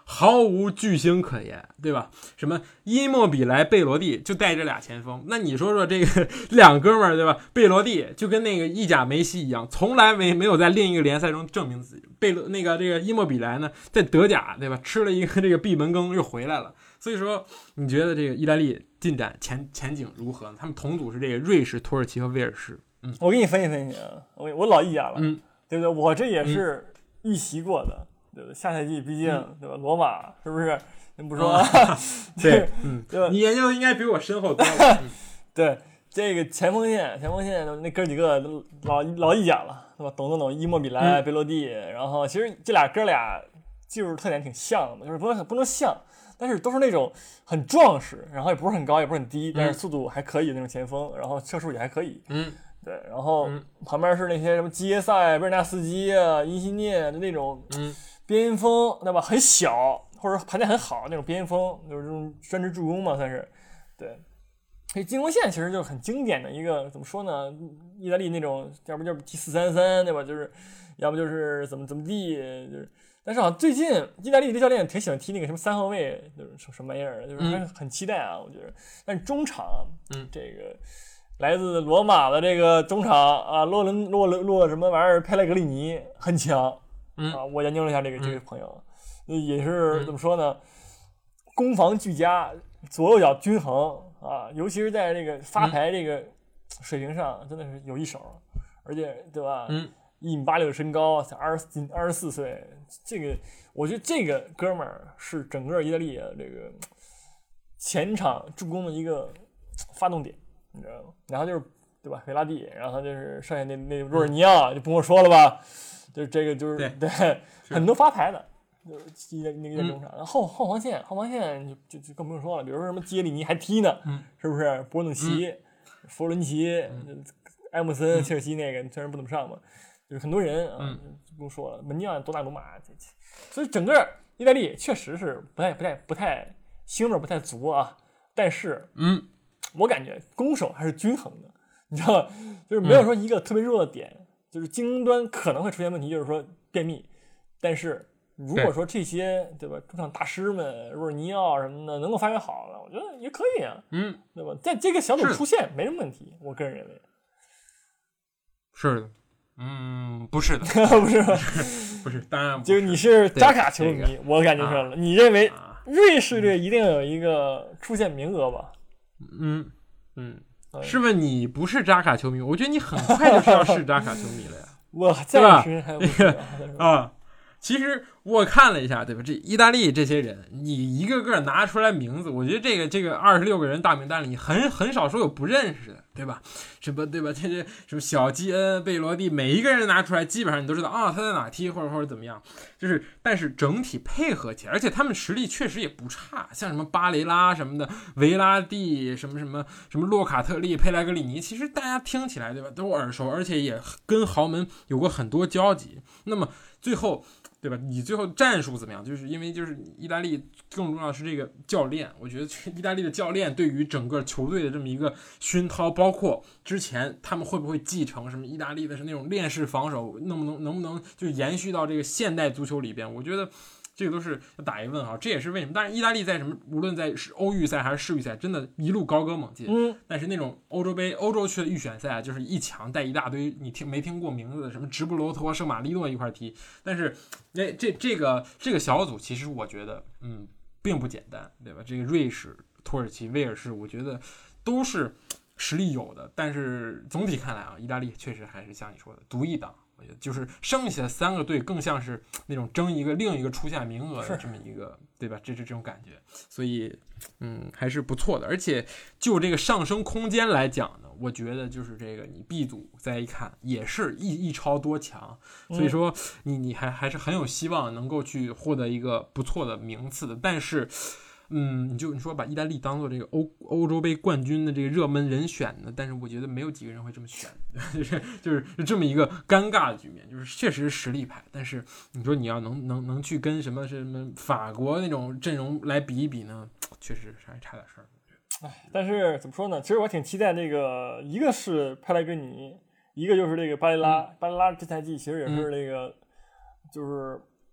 毫无巨星可言，对吧？什么伊莫比莱、贝罗蒂就带这俩前锋，那你说说这个两哥们儿，对吧？贝罗蒂就跟那个意甲梅西一样，从来没没有在另一个联赛中证明自己。贝罗那个这个伊莫比莱呢，在德甲，对吧？吃了一个这个闭门羹又回来了。所以说，你觉得这个意大利进展前前景如何呢？他们同组是这个瑞士、土耳其和威尔士。嗯， 我给你分析分析啊，我我老意甲了， 嗯， 对不对？我这也是预习过的。对吧？下赛季毕竟、嗯、对吧？罗马是不是？您不说、啊嗯、对，嗯，对吧？你研究的应该比我深厚多了。嗯、 对，这个前锋线，前锋线那哥几个老老意甲了，对吧？懂懂懂，伊莫比莱、嗯、贝洛蒂，然后其实这俩哥俩技术特点挺像的，就是不能不能像，但是都是那种很壮实，然后也不是很高，也不是很低，但是速度还可以的那种前锋，然后射术也还可以。 嗯。 对，然后旁边是那些什么基耶塞、贝尔纳斯基啊、伊西涅的那种边锋，对吧？很小或者盘带很好那种边锋，就是这种专职助攻嘛，算是。对，所以进攻线其实就是很经典的一个，怎么说呢？意大利那种，要不就是踢四三三，对吧？就是，要不就是怎么怎么地，就是。但是好像最近意大利这教练挺喜欢踢那个什么三后卫，就是什么玩意儿，就是很很期待啊，我觉得。但是中场， 嗯， 这个。来自罗马的这个中场啊，洛伦洛洛什么玩意儿，佩莱格里尼很强， 嗯啊，我研究了一下这个、嗯、这个朋友，也是怎么说呢？攻防俱佳，左右脚均衡啊，尤其是在这个发牌这个水平上，真的是有一手，而且对吧？ 嗯， 一米八六身高，才二十斤，二十四岁，这个我觉得这个哥们儿是整个意大利这个前场助攻的一个发动点。你知道吗？然后就是对吧，维拉蒂，然后就是剩下那那若尔尼奥，就不用说了吧，就是这个就是对, 对很多发牌的，就是那个中场，然后后防线后防线就就就更不用说了，比如说什么基耶里尼还踢呢， 嗯、 是不是？博努奇、嗯、弗伦奇、 嗯、 埃姆森、切尔西那个虽然不怎么上嘛，就是很多人啊， 嗯、 就不用说了，门将多纳鲁马，所以整个意大利确实是不太不太不太腥味不太足啊，但是嗯。 我感觉攻守还是均衡的，你知道吗？就是没有说一个特别弱的点，嗯、就是进攻端可能会出现问题，就是说便秘。但是如果说这些 对, 对吧，中场大师们，若尔尼奥什么的能够发挥好了，我觉得也可以啊， 嗯， 对吧？在这个小组出现没什么问题，我个人认为。 是的，嗯，不是的， 不是吧？ 不是，当然不是。 就是你是扎卡球迷，这个、我感觉上了、啊，你认为瑞士队一定有一个出现名额吧？ 嗯嗯，是不是你不是扎卡球迷？我觉得你很快就是要是扎卡球迷了呀， 我暂时还不是啊。其实我看了一下，对吧？这意大利这些人，你一个个拿出来名字，我觉得这个这个二十六个人大名单里，很很少说有不认识的，对吧？什么对吧？这这什么小基恩、贝罗蒂，每一个人拿出来，基本上你都知道啊，他在哪踢或者或者怎么样。就是，但是整体配合起来，而且他们实力确实也不差，像什么巴雷拉什么的，维拉蒂什么什么什么洛卡特利、佩莱格里尼，其实大家听起来对吧，都耳熟，而且也跟豪门有过很多交集。那么最后。对吧？你最后战术怎么样？就是因为就是意大利更重要的是这个教练，我觉得意大利的教练对于整个球队的这么一个熏陶，包括之前他们会不会继承什么意大利的是那种链式防守，能不能能不能就延续到这个现代足球里边？我觉得这个都是要打一问号。这也是为什么，但是意大利在什么，无论在欧预赛还是世预赛，真的一路高歌猛进。 嗯， 但是那种欧洲杯、欧洲区的预选赛，就是一强带一大堆你听没听过名字的，什么直布罗陀、圣马力诺一块踢，但是。这这这个这个小组其实我觉得，嗯，并不简单，对吧？这个瑞士、土耳其、威尔士，我觉得都是实力有的，但是总体看来啊，意大利确实还是像你说的独一档。我觉得就是剩下的三个队更像是那种争一个另一个出线名额的这么一个，对吧？这是这种感觉，所以嗯还是不错的。而且就这个上升空间来讲呢，我觉得就是这个你 B 组再一看也是一一超多强，所以说你你还还是很有希望能够去获得一个不错的名次的。但是嗯，你就你说把意大利当做这个欧欧洲杯冠军的这个热门人选呢，但是我觉得没有几个人会这么选，就是就是这么一个尴尬的局面，就是确实是实力派，但是你说你要能能能去跟什么什么法国那种阵容来比一比呢，确实还差点事儿。 哎，但是怎么说呢？其实我挺期待这个，一个是佩莱格尼，一个就是这个巴雷拉，嗯、巴雷拉这赛季其实也是这个，嗯、就是。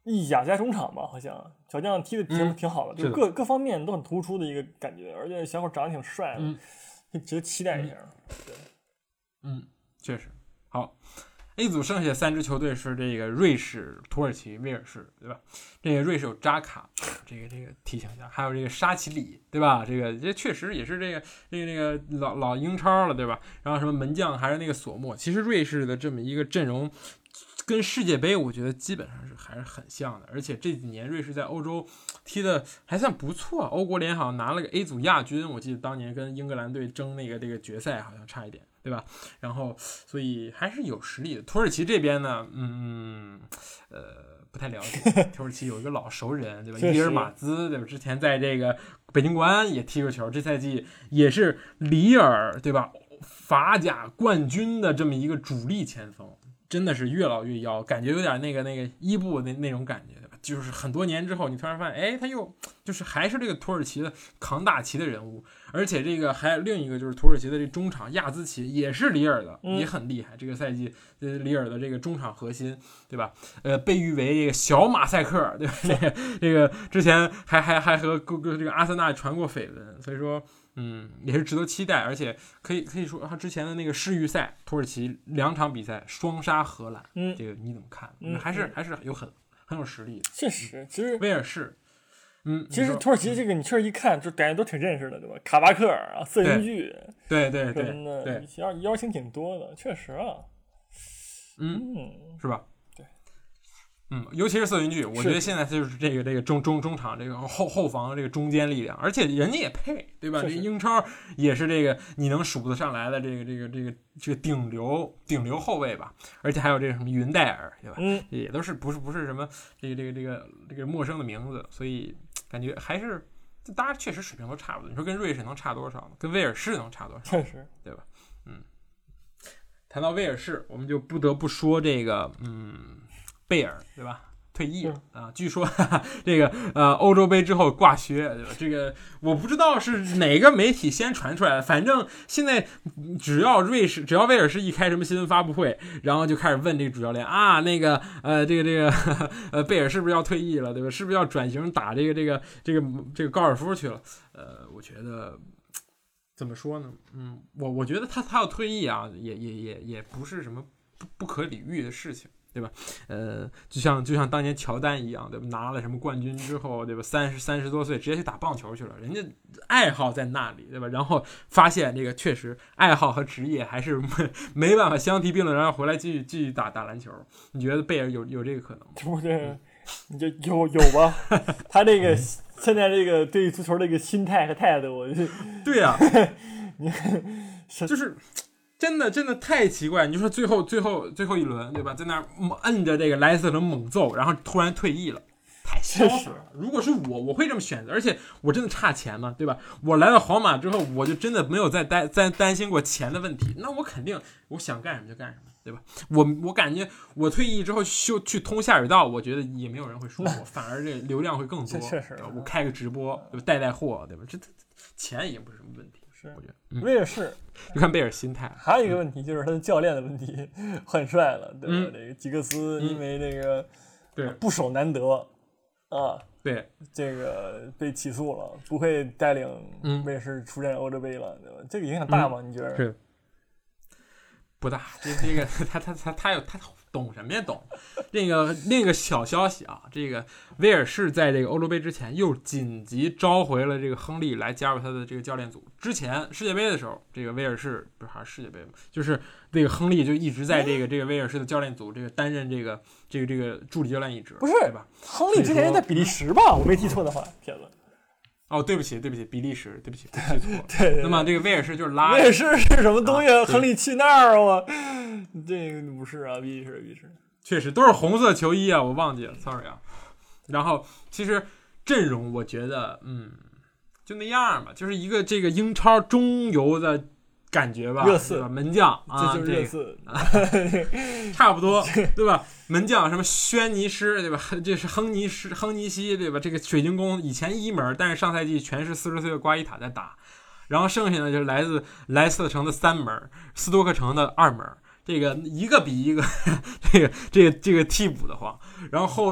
意甲加中场吧，好像小将踢的挺、 嗯、 挺好的，就各各方面都很突出的一个感觉，而且小伙长得挺帅的， 嗯， 值得期待一下。 嗯、对，嗯，确实好。A 组剩下三支球队是这个瑞士、土耳其、威尔士，对吧？这个瑞士有扎卡，这个这个提醒一下，还有这个沙奇里，对吧？这个这确实也是这个这个这个老老英超了，对吧？然后什么门将还是那个索莫，其实瑞士的这么一个阵容跟世界杯我觉得基本上是还是很像的，而且这几年瑞士在欧洲踢的还算不错，欧国联好像拿了个 A 组亚军，我记得当年跟英格兰队争那个这个决赛好像差一点。对吧？然后，所以还是有实力的。土耳其这边呢，嗯，呃，不太了解。土耳其有一个老熟人，对吧？伊尔马兹，对吧？之前在这个北京国安也踢过球，这赛季也是里尔，对吧？法甲冠军的这么一个主力前锋，真的是越老越妖，感觉有点那个那个伊布那那种感觉，对吧？就是很多年之后，你突然发现，哎，他又就是还是这个土耳其的扛大旗的人物。而且这个还有另一个就是土耳其的这中场亚兹奇也是里尔的，也很厉害。这个赛季呃里尔的这个中场核心，对吧？呃，被誉为这个小马赛克，对吧？这个这个之前还还还和这个阿森纳传过绯闻，所以说嗯也是值得期待。而且可以可以说他之前的那个世预赛，土耳其两场比赛双杀荷兰， 嗯， 这个你怎么看？ 嗯、 还是还是有很很有实力的。 确实，其实威尔士。嗯， 其实土耳其这个你确实一看就感觉都挺认识的，对吧？卡巴克尔啊，瑟云居， 对对对什么的， 对， 邀邀请挺多的，确实啊， 嗯， 嗯是吧？ 对， 嗯，尤其是瑟云居，我觉得现在就是这个这个中中中场这个后后防这个中坚力量，而且人家也配，对吧？这英超也是这个你能数得上来的这个这个这个这个顶流顶流后卫吧，而且还有这个什么云戴尔，对吧？ 嗯， 也都是不是不是什么这个这个这个这个陌生的名字，所以。感觉还是，大家确实水平都差不多。你说跟瑞士能差多少呢？跟威尔士能差多少？ 确实， 对吧？嗯。谈到威尔士，我们就不得不说这个，嗯，贝尔，对吧？退役了啊！据说哈哈这个呃欧洲杯之后挂靴，对吧？这个我不知道是哪个媒体先传出来的，反正现在只要瑞士，只要威尔士一开什么新闻发布会，然后就开始问这个主教练啊，那个呃这个这个呵呵呃贝尔是不是要退役了，对吧？是不是要转型打这个这个这个这个高尔夫去了？呃，我觉得怎么说呢？嗯，我我觉得他他要退役啊，也也也也不是什么不不可理喻的事情。对吧？呃，就像就像当年乔丹一样，对吧？拿了什么冠军之后，对吧？三十三十多岁直接去打棒球去了，人家爱好在那里，对吧？然后发现这个确实爱好和职业还是没没办法相提并论，然后回来继续继续打打篮球。你觉得贝尔有有这个可能吗？ 不是，你就有有吧？他这个现在这个对足球这个心态和态度， 对呀、啊，你就是。真的真的太奇怪！你就说最后最后最后一轮，对吧？在那儿摁着这个莱斯特城猛揍，然后突然退役了，太潇洒了。如果是我，我会这么选择。而且我真的差钱嘛，对吧？我来到皇马之后，我就真的没有再担再担心过钱的问题。那我肯定我想干什么就干什么，对吧？我我感觉我退役之后修去通下水道，我觉得也没有人会说我，反而这流量会更多。 确实， 我开个直播，对吧？带带货，对吧？这钱也不是什么问题。 是， 我觉得、嗯、 威尔士就看贝尔心态。 还有一个问题就是他的教练的问题，换帅了，对吧？ 嗯、 这个吉格斯因为这个、 嗯、对不守难得啊， 对， 这个被起诉了，不会带领威尔士出战欧洲杯了，对吧？这个影响大吗？ 嗯、 你觉得？ 是不大。这这个他他他他有他懂什么呀？懂。这个另一个小消息啊，这个威尔士在这个欧洲杯之前又紧急召回了这个亨利来加入他的这个教练组。之前世界杯的时候，这个威尔士不是还是世界杯吗？就是这个亨利就一直在这个这个威尔士的教练组这个担任这个这个这个助理教练一职， 不是对吧？ 亨利之前在比利时吧？我没记错的话，铁子。 哦，对不起，对不起，比利时，对不起，记错了。 对, 对, 对， 那么这个威尔士就是拉威尔士是什么东西？ 啊、 亨利去那儿啊？这个不是啊，比利时，比利时。 确实都是红色球衣啊，我忘记了 ，sorry 啊。然后其实阵容我觉得，嗯，就那样吧，就是一个这个英超中游的感觉吧， 热刺门将啊， 这就是热刺、 这个啊，差不多，对吧？门将什么轩尼诗，对吧？这是亨尼诗、亨尼西，对吧？这个水晶宫以前一门，但是上赛季全是四十岁的瓜伊塔在打，然后剩下的就是来自莱斯特城的三门，斯托克城的二门。这个一个比一个这个这个这个替补的慌，然后后卫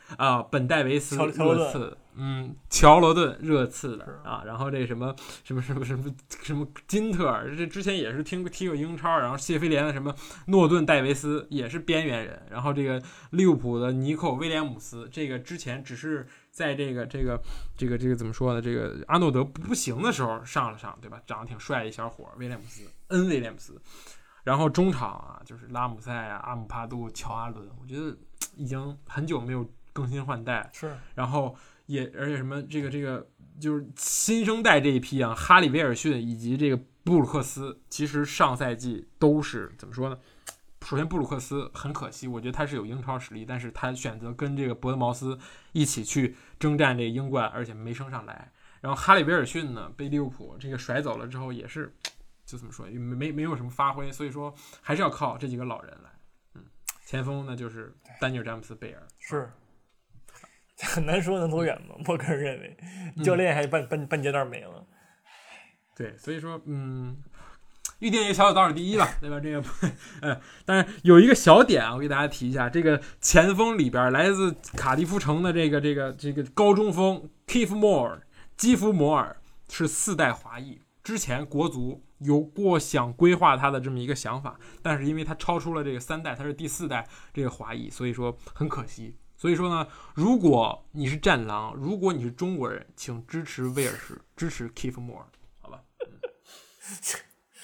啊、本戴维斯乔乔热刺，嗯，乔罗顿热刺的啊，然后这什么什么什么什么什么金特尔，这之前也是听踢过英超，然后谢菲联的什么诺顿戴维斯也是边缘人，然后这个利物浦的尼寇威廉姆斯，这个之前只是在这个这个这个这个怎么说呢？这个阿诺德不行的时候上了上，对吧？长得挺帅的一小伙威廉姆斯，恩威廉姆斯。然后中场啊，就是拉姆塞啊、阿姆帕杜、乔阿伦，我觉得已经很久没有更新换代。 是， 然后也而且什么这个这个就是新生代这一批啊，哈里威尔逊以及这个布鲁克斯，其实上赛季都是怎么说呢？首先布鲁克斯很可惜，我觉得他是有英超实力，但是他选择跟这个伯恩茅斯一起去征战这个英冠，而且没升上来。然后哈里威尔逊呢，被利物浦这个甩走了之后，也是就怎么说，没没没有什么发挥，所以说还是要靠这几个老人来。嗯，前锋呢就是丹尼尔詹姆斯贝尔， 是很难说能走远吗？我个人认为，教练还半、嗯、半半截道没了。 对，所以说嗯。预定一个小小道是第一吧，对吧？这个，呃，但是有一个小点啊，我给大家提一下，这个前锋里边来自卡迪夫城的这个这个这个高中锋 Keith Moore 基夫摩尔是四代华裔，之前国足有过想规划他的这么一个想法，但是因为他超出了这个三代，他是第四代这个华裔，所以说很可惜。所以说呢，如果你是战狼，如果你是中国人，请支持威尔士，支持 Keith Moore， 好吧？嗯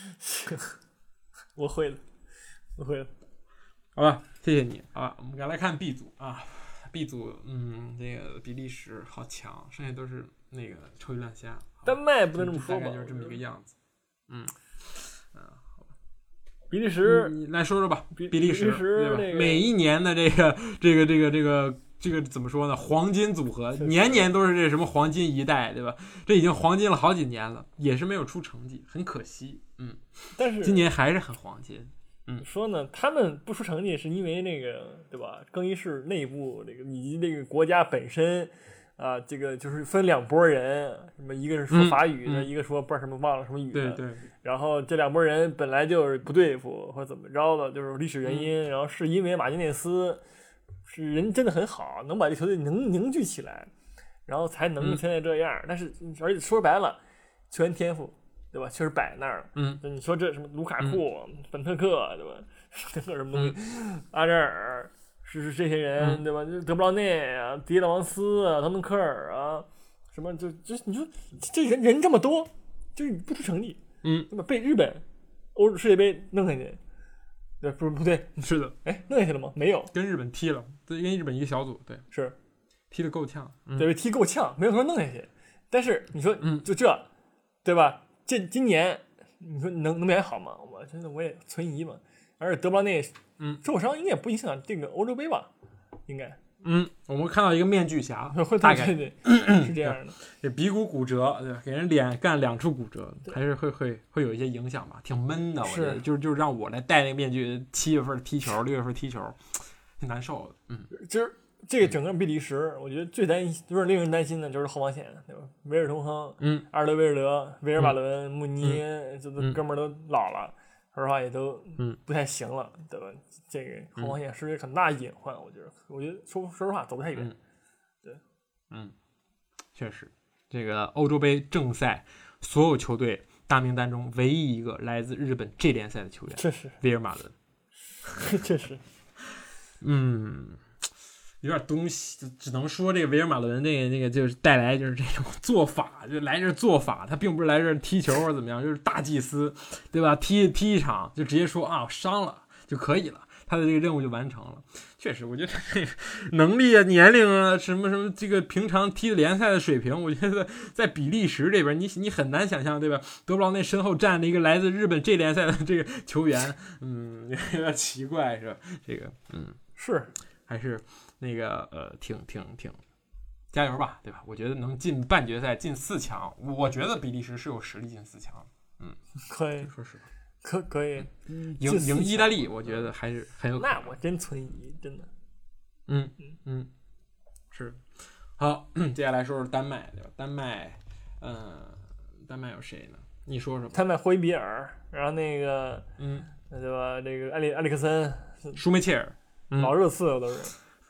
我会了，我会了， 好吧，谢谢你啊。我们来看 B 组啊 ，B 组，嗯，这个比利时好强，剩下都是那个臭鱼烂虾。 丹麦不能这么说吧， 大概就是这么一个样子。嗯，啊，好吧。 比利时， 你来说说吧，比利时，对吧？ 那个、 每一年的这个这个这个这个这个怎么说呢？黄金组合，年年都是这什么黄金一代，对吧？这已经黄金了好几年了，也是没有出成绩，很可惜。嗯， 但是今年还是很黄金。嗯， 说呢，他们不出成绩是因为那个，对吧？更衣室内部这个以及这个国家本身啊，这个就是分两拨人，什么一个是说法语的， 嗯嗯、 一个说不知道什么忘了什么语的。 对对。 然后这两拨人本来就是不对付或者怎么着的，就是历史原因。 嗯、 然后是因为马丁内斯是人真的很好，能把这球队能凝聚起来，然后才能现在这样。嗯、但是而且说白了，球员天赋。对吧？确实摆那儿了。 嗯， 你说这什么卢卡库、嗯、本特克，对吧？这个什么东西？嗯、阿扎尔是是这些人， 嗯、 对吧？德布劳内啊，迪勒王斯啊，滕登克尔啊，什么就就你说这人人这么多，就是不出成绩， 嗯， 对吧？被日本欧世界杯弄下去，对，不不对， 是的， 哎，弄下去了吗？没有， 跟日本踢了，对，跟日本一个小组，对， 是踢得够呛，嗯、 对，踢够呛，没有说弄下去。但是你说， 嗯， 就这，对吧？这今年你说能能表现好吗？我真的我也存疑嘛。而且德布劳内嗯受伤应该也不影响这个欧洲杯吧？应该嗯，我们看到一个面具侠， 会大概对对对是这样的。 这鼻骨骨折，对吧？给人脸干两处骨折，还是会会会有一些影响吧？挺闷的，我觉得就是就是让我来戴那个面具，七月份踢球，六月份踢球，挺难受的。嗯， 就是这个整个比利时，我觉得最担心就是令人担心的就是后防线，对吧？维尔通亨， 嗯， 阿尔德维尔德、维尔马伦、穆尼， 嗯、 这都哥们儿都老了。说实话也都嗯不太行了，对吧？这个后防线是一个很大隐患，我觉得，我觉得说说实话走不太远。 嗯、 对， 嗯，确实，这个欧洲杯正赛所有球队大名单中唯一一个来自日本 J 联赛的球员， 确实， 维尔马伦， 确实， 嗯。有点东西，就只能说这个维尔马伦这个那个就是带来就是这种做法，就来这做法，他并不是来这踢球或者怎么样，就是大祭司，对吧？踢踢一场就直接说啊我伤了就可以了，他的这个任务就完成了。确实，我觉得这个能力啊、年龄啊、什么什么这个平常踢的联赛的水平，我觉得在比利时这边，你你很难想象，对吧？德布劳内身后站了一个来自日本 J 联赛的这个球员，嗯，有点奇怪，是吧？这个，嗯， 是还是。那个呃，挺挺挺，加油吧，对吧？我觉得能进半决赛、进四强，我觉得比利时是有实力进四强。嗯， 可以， 说实话， 可可以赢赢意大利，我觉得还是很有可能。 那我真存疑，真的。 嗯嗯，是。好，接下来说说丹麦，对吧？丹麦，嗯、呃，丹麦有谁呢？你说说。 丹麦霍伊比尔，然后那个， 嗯， 对吧？这个埃里埃里克森， 舒梅切尔。 老热刺都是，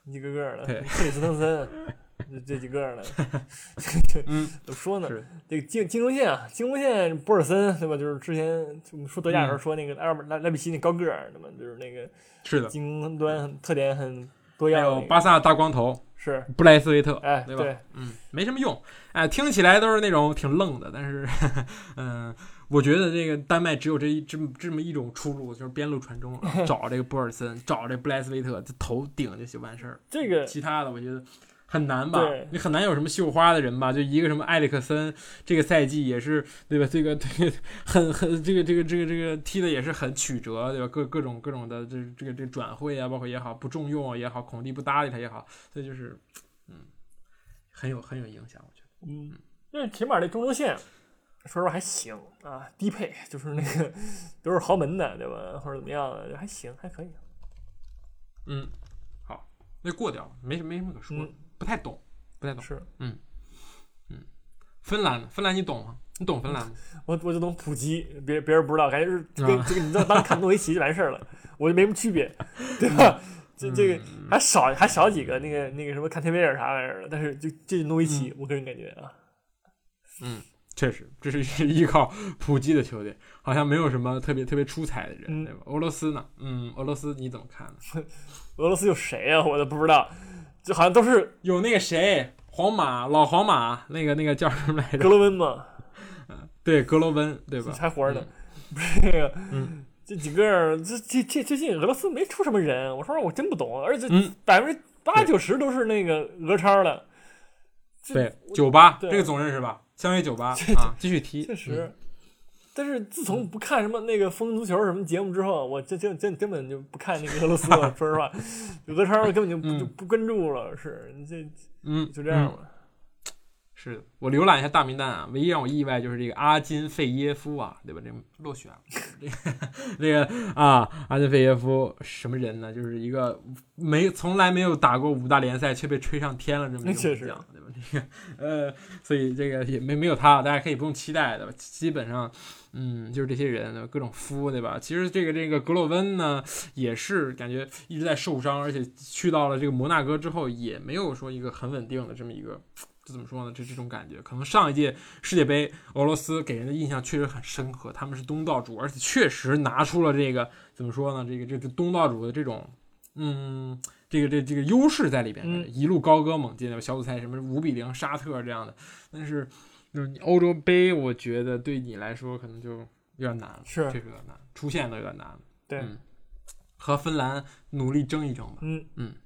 一个个的， 对克里斯滕森这这几个呢， 嗯， 怎么说呢？ 是这个京京中线啊，京中线博尔森对吧？就是之前我们说德甲的时候说那个埃尔莱莱比锡那高个儿，对吧？就是那个是的， 进攻端很特点很多还样、那个。 有巴萨大光头是布莱斯维特， 哎， 对吧？嗯，没什么用，哎，听起来都是那种挺愣的，但是，嗯、呃，我觉得这个丹麦只有这一这么这么一种出路，就是边路传中，找这个博尔森，找这布莱斯维特，这头顶就行完事儿。 这个其他的我觉得很难吧？ 对你很难有什么绣花的人吧？就一个什么埃里克森，这个赛季也是对吧？这个这个很很这个这个这个这个踢的也是很曲折，对吧？各各种各种的这这个这个转会啊，包括也好，不重用也好，孔蒂不搭理他也好，所以就是嗯，很有很有影响，我觉得。 嗯，因为起码这中轴线，说实话还行啊，低配就是那个都是豪门的，对吧？或者怎么样的，还行，还可以。 嗯，好，那过掉了，没没什么可说的。嗯，不太懂，不太懂。 是， 嗯嗯，芬兰呢？芬兰你懂吗？你懂芬兰吗？ 我我就懂普及，别别人不知道，感觉是这个、啊、这个你知道当看诺维奇就完事儿了，我就没什么区别，对吧？这这个还少还少几个那个那个什么坎特维尔啥玩意儿的，但是就这诺维奇、嗯，我个人感觉啊， 嗯，确实这是是依靠普及的球队，好像没有什么特别特别出彩的人， 嗯、 对吧？俄罗斯呢？嗯，俄罗斯你怎么看呢？ 俄罗斯有谁啊？我都不知道，就好像都是有那个谁，皇马老皇马那个那个叫什么来着？ 格罗温嘛， 嗯，对，格罗温，对吧？ 还活着呢， 嗯、 不是那个， 嗯。 这几个这这这最近俄罗斯没出什么人，我说我真不懂，而且嗯百分之八九十都是那个俄超的。 对，九八这个总认识吧？相约九八啊，继续踢。 确实、 嗯， 但是自从不看什么那个风足球什么节目之后，我真真真根本就不看那个俄罗斯了。说实话，俄超根本就不、嗯、就不关注了。是，这嗯就这样吧。 嗯是的，我浏览一下大名单啊，唯一让我意外就是这个阿金费耶夫啊，对吧？这个落选了，这个这个啊，阿金费耶夫什么人呢？就是一个没从来没有打过五大联赛却被吹上天了这么一个名将，对吧？这个呃，所以这个也没没有他，大家可以不用期待的吧？基本上，嗯，就是这些人各种夫，对吧？其实这个这个格洛温呢，也是感觉一直在受伤，而且去到了这个摩纳哥之后，也没有说一个很稳定的这么一个。这怎么说呢？这这种感觉，可能上一届世界杯，俄罗斯给人的印象确实很深刻，他们是东道主，而且确实拿出了这个怎么说呢？这个这个东道主的这种，嗯，这个这这个优势在里边， 嗯、 一路高歌猛进的小组赛什么五比零沙特这样的，但是就是欧洲杯，我觉得对你来说可能就有点难了， 是确实有点难，出现的有点难， 对、 嗯，和芬兰努力争一争吧， 嗯嗯。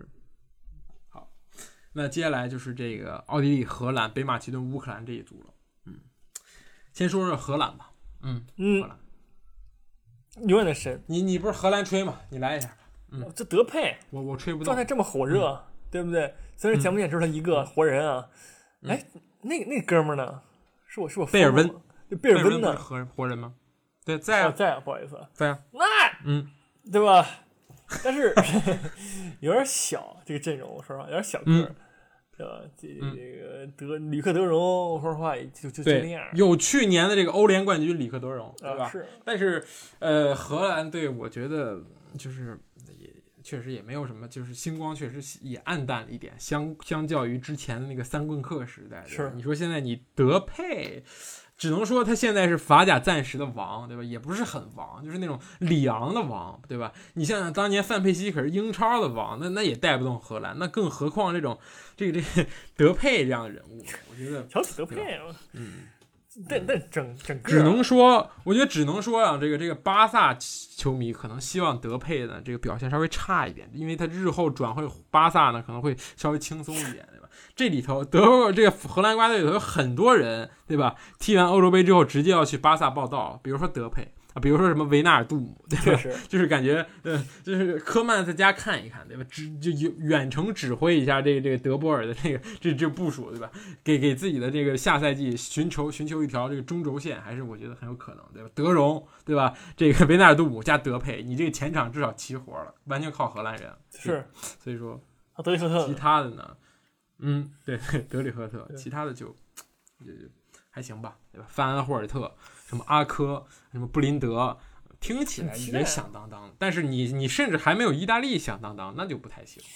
那接下来就是这个奥地利、荷兰、北马其顿、乌克兰这一组了。嗯，先说说荷兰吧。嗯嗯， 荷兰永远的神。 你你不是荷兰吹吗？你来一下吧。嗯， 这德佩， 我我吹不到。 状态这么火热，嗯、对不对？虽然讲不讲知道他一个活人啊。嗯、哎，那那哥们儿呢？是我是我贝尔温， 贝尔温呢？ 活活人吗？对，在啊， 哦、在啊，不好意思， 在啊。 那嗯， 对吧？但是有点小，这个阵容，说实话有点小个儿。嗯对吧？这个德吕克德容，说实话也就就就那样。 有去年的这个欧联冠军里克德容，对吧？ 啊、是。 但是，呃，荷兰队我觉得就是也确实也没有什么，就是星光确实也暗淡了一点，相相较于之前的那个三棍客时代。 是。 你说现在你德佩。只能说他现在是法甲暂时的王，对吧？也不是很王，就是那种里昂的王，对吧？你像当年范佩西可是英超的王，那那也带不动荷兰，那更何况这种这个这个德佩这样的人物，我觉得瞧起德佩， 嗯， 但但整整个只能说，我觉得只能说啊，这个这个巴萨球迷可能希望德佩呢这个表现稍微差一点，因为他日后转会巴萨呢可能会稍微轻松一点。这里头德国这个荷兰国家队里头有很多人，对吧？踢完欧洲杯之后直接要去巴萨报道，比如说德佩啊，比如说什么维纳尔杜姆，对吧？就是感觉呃，就是科曼在家看一看，对吧？指就远程指挥一下这个这个德波尔的这个这这部署，对吧？给给自己的这个下赛季寻求寻求一条这个中轴线，还是我觉得很有可能，对吧？德容，对吧？这个维纳尔杜姆加德佩，你这个前场至少齐活了，完全靠荷兰人。 是， 所以说德里赫特， 其他的呢？嗯，对对，德里赫特，其他的就就就还行吧，对吧？范安霍尔特，什么阿科，什么布林德，听起来也响当当，但是你你甚至还没有意大利响当当，那就不太行。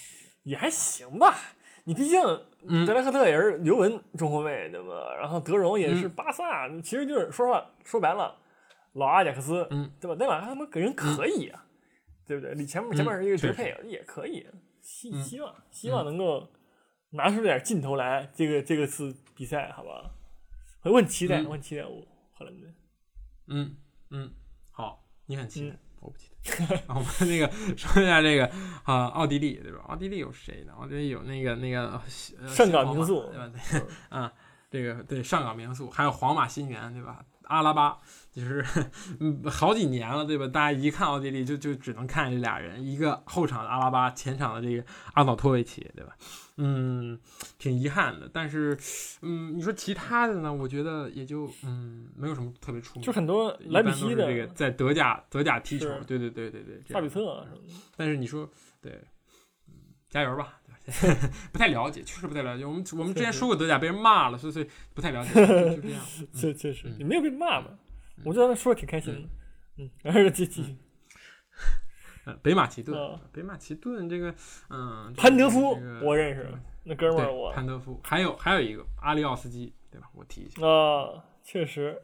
也还行吧。你毕竟德莱赫特也是尤文中后卫，对吧？然后德容也是巴萨，嗯、其实就是说实话，说白了，老阿贾克斯， 嗯， 对吧？那瓦他们个人可以啊，嗯、对不对？你前面前面是一个绝配， 嗯、 也可以，希希望希望能够拿出点劲头来，这个这个次比赛，好吧？我很期待， 嗯、 我很期待我荷兰队。 嗯嗯，好，你很期待。嗯我不记得，我们那个说一下这个啊，奥地利对吧？奥地利有谁呢？奥地利有那个那个上港名宿对吧？对啊，这个对上港名宿，还有皇马新援对吧？阿拉巴就是嗯好几年了对吧？大家一看奥地利就就只能看这俩人，一个后场的阿拉巴，前场的这个阿瑙托维奇对吧？嗯，挺遗憾的，但是嗯，你说其他的呢？我觉得也就嗯没有什么特别出名， 就很多莱比锡的这个在德甲德甲踢球，对对对对对， 萨比特什么的。 但是你说对，嗯，加油吧。不太了解，确实不太了解。我们我们之前说过德甲被人骂了，所以所以不太了解，就这样。 确确实，你没有被骂嘛？我觉得他说的挺开心的。嗯，然后继续。 呃，北马其顿，北马其顿这个，嗯， 潘德夫我认识，那哥们儿我。 潘德夫，还有还有一个阿里奥斯基，对吧？我提一下。 啊，确实。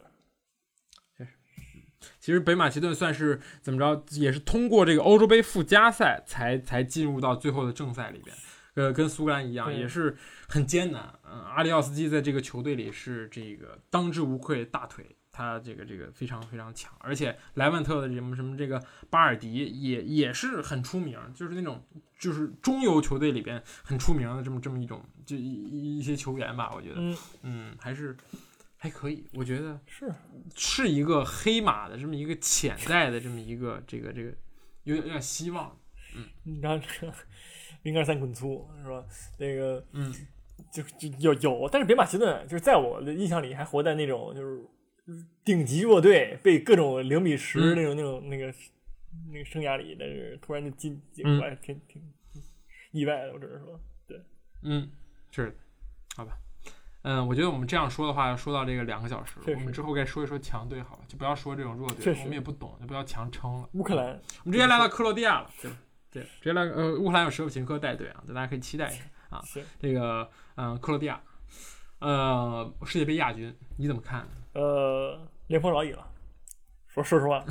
其实北马其顿算是怎么着，也是通过这个欧洲杯附加赛才才进入到最后的正赛里边。呃，跟苏格兰一样，也是很艰难。嗯，阿里奥斯基在这个球队里是这个当之无愧大腿，他这个这个非常非常强。而且莱万特的什么什么这个巴尔迪也也是很出名，就是那种就是中游球队里边很出名的这么这么一种就一一些球员吧，我觉得， 嗯嗯，还是。还可以，我觉得是是一个黑马的这么一个潜在的这么一个这个这个有点有点希望， 嗯，然后这个零二三滚粗是吧？那个嗯， 就就有有，但是北马其顿就是在我的印象里还活在那种就是顶级弱队被各种零比十那种、嗯、那种那个那个生涯里，但是突然就进进过来，挺挺意外的，我只能说，对， 嗯，是的，好吧。嗯，我觉得我们这样说的话，要说到这个两个小时，我们之后该说一说强队好了，就不要说这种弱队，我们也不懂，就不要强撑了。 乌克兰， 我们直接来到克罗地亚了，对吧？对，直接来呃，乌克兰有舍甫琴科带队啊，大家可以期待一下啊。这个嗯、呃，克罗地亚，呃，世界杯亚军，你怎么看？ 呃，联防老矣了，说说实话。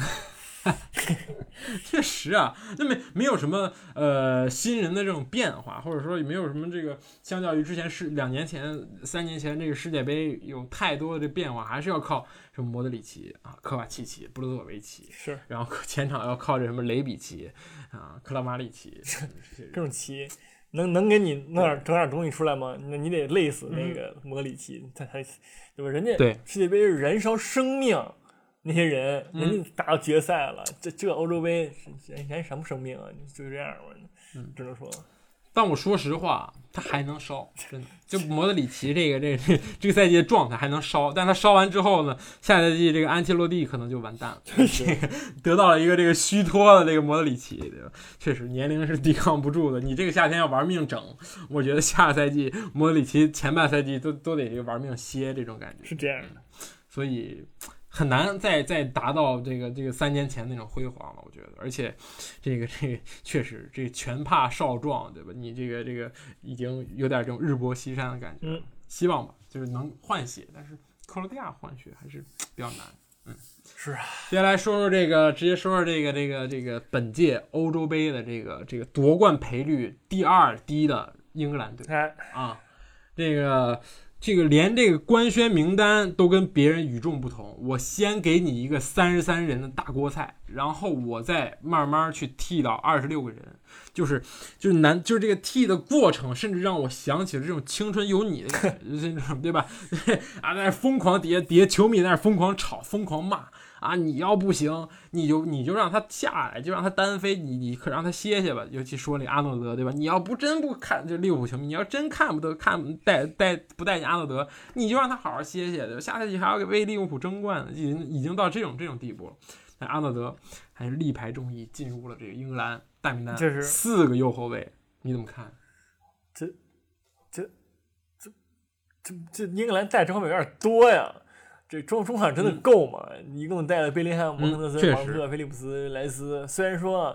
确实啊，那没没有什么呃新人的这种变化，或者说也没有什么这个相较于之前是两年前、三年前这个世界杯有太多的这变化，还是要靠什么莫德里奇啊、科瓦契奇、布罗佐维奇， 是， 然后前场要靠着什么雷比奇啊、克拉马里奇， 这种奇能能给你弄点整点东西出来吗？那你得累死那个莫德里奇，他他对吧？人家对世界杯是燃烧生命。那些人，人家打到决赛了，嗯、这这欧洲杯人人什么生命啊？就是这样吧，嗯，只能说。 但我说实话，他还能烧，真的。就莫德里奇这个这个、这个、这个赛季的状态还能烧，但他烧完之后呢，下赛季这个安切洛蒂可能就完蛋了。这个得到了一个这个虚脱的这个莫德里奇，对吧？确实年龄是抵抗不住的。你这个夏天要玩命整，我觉得下赛季莫德里奇前半赛季都都得这个玩命歇这种感觉。 是这样的， 所以。很难再再达到这个这个三年前那种辉煌了，我觉得，而且这个这个确实这个拳怕少壮，对吧？你这个这个已经有点这种日薄西山的感觉， 嗯， 希望吧，就是能换血，但是克罗地亚换血还是比较难，嗯， 是啊。 接下来说说这个，直接说说这个这个这个本届欧洲杯的这个这个夺冠赔率第二低的英格兰队， 哎啊，这个。这个连这个官宣名单都跟别人与众不同，我先给你一个三十三人的大锅菜，然后我再慢慢去替到二十六个人，就是就是难就是这个替的过程，甚至让我想起了这种青春有你的感觉，就是那种对吧？啊，在那疯狂底下底下球迷在那疯狂吵，疯狂骂。啊，你要不行，你就你就让他下来，就让他单飞，你你可让他歇歇吧。尤其说那个阿诺德，对吧？你要不真不看这利物浦球迷，你要真看不得看带带不带你阿诺德，你就让他好好歇歇，对吧？下赛季还要为利物浦争冠呢，已经已经到这种这种地步了。但阿诺德还是力排众议进入了这个英格兰大名单， 这是四个右后卫，你怎么看？ 这这这这这英格兰带这后面有点多呀。这中中场真的够吗？嗯、一共带了贝林汉姆、莫肯特森、芒特、菲利普斯、莱斯。虽然说， 嗯，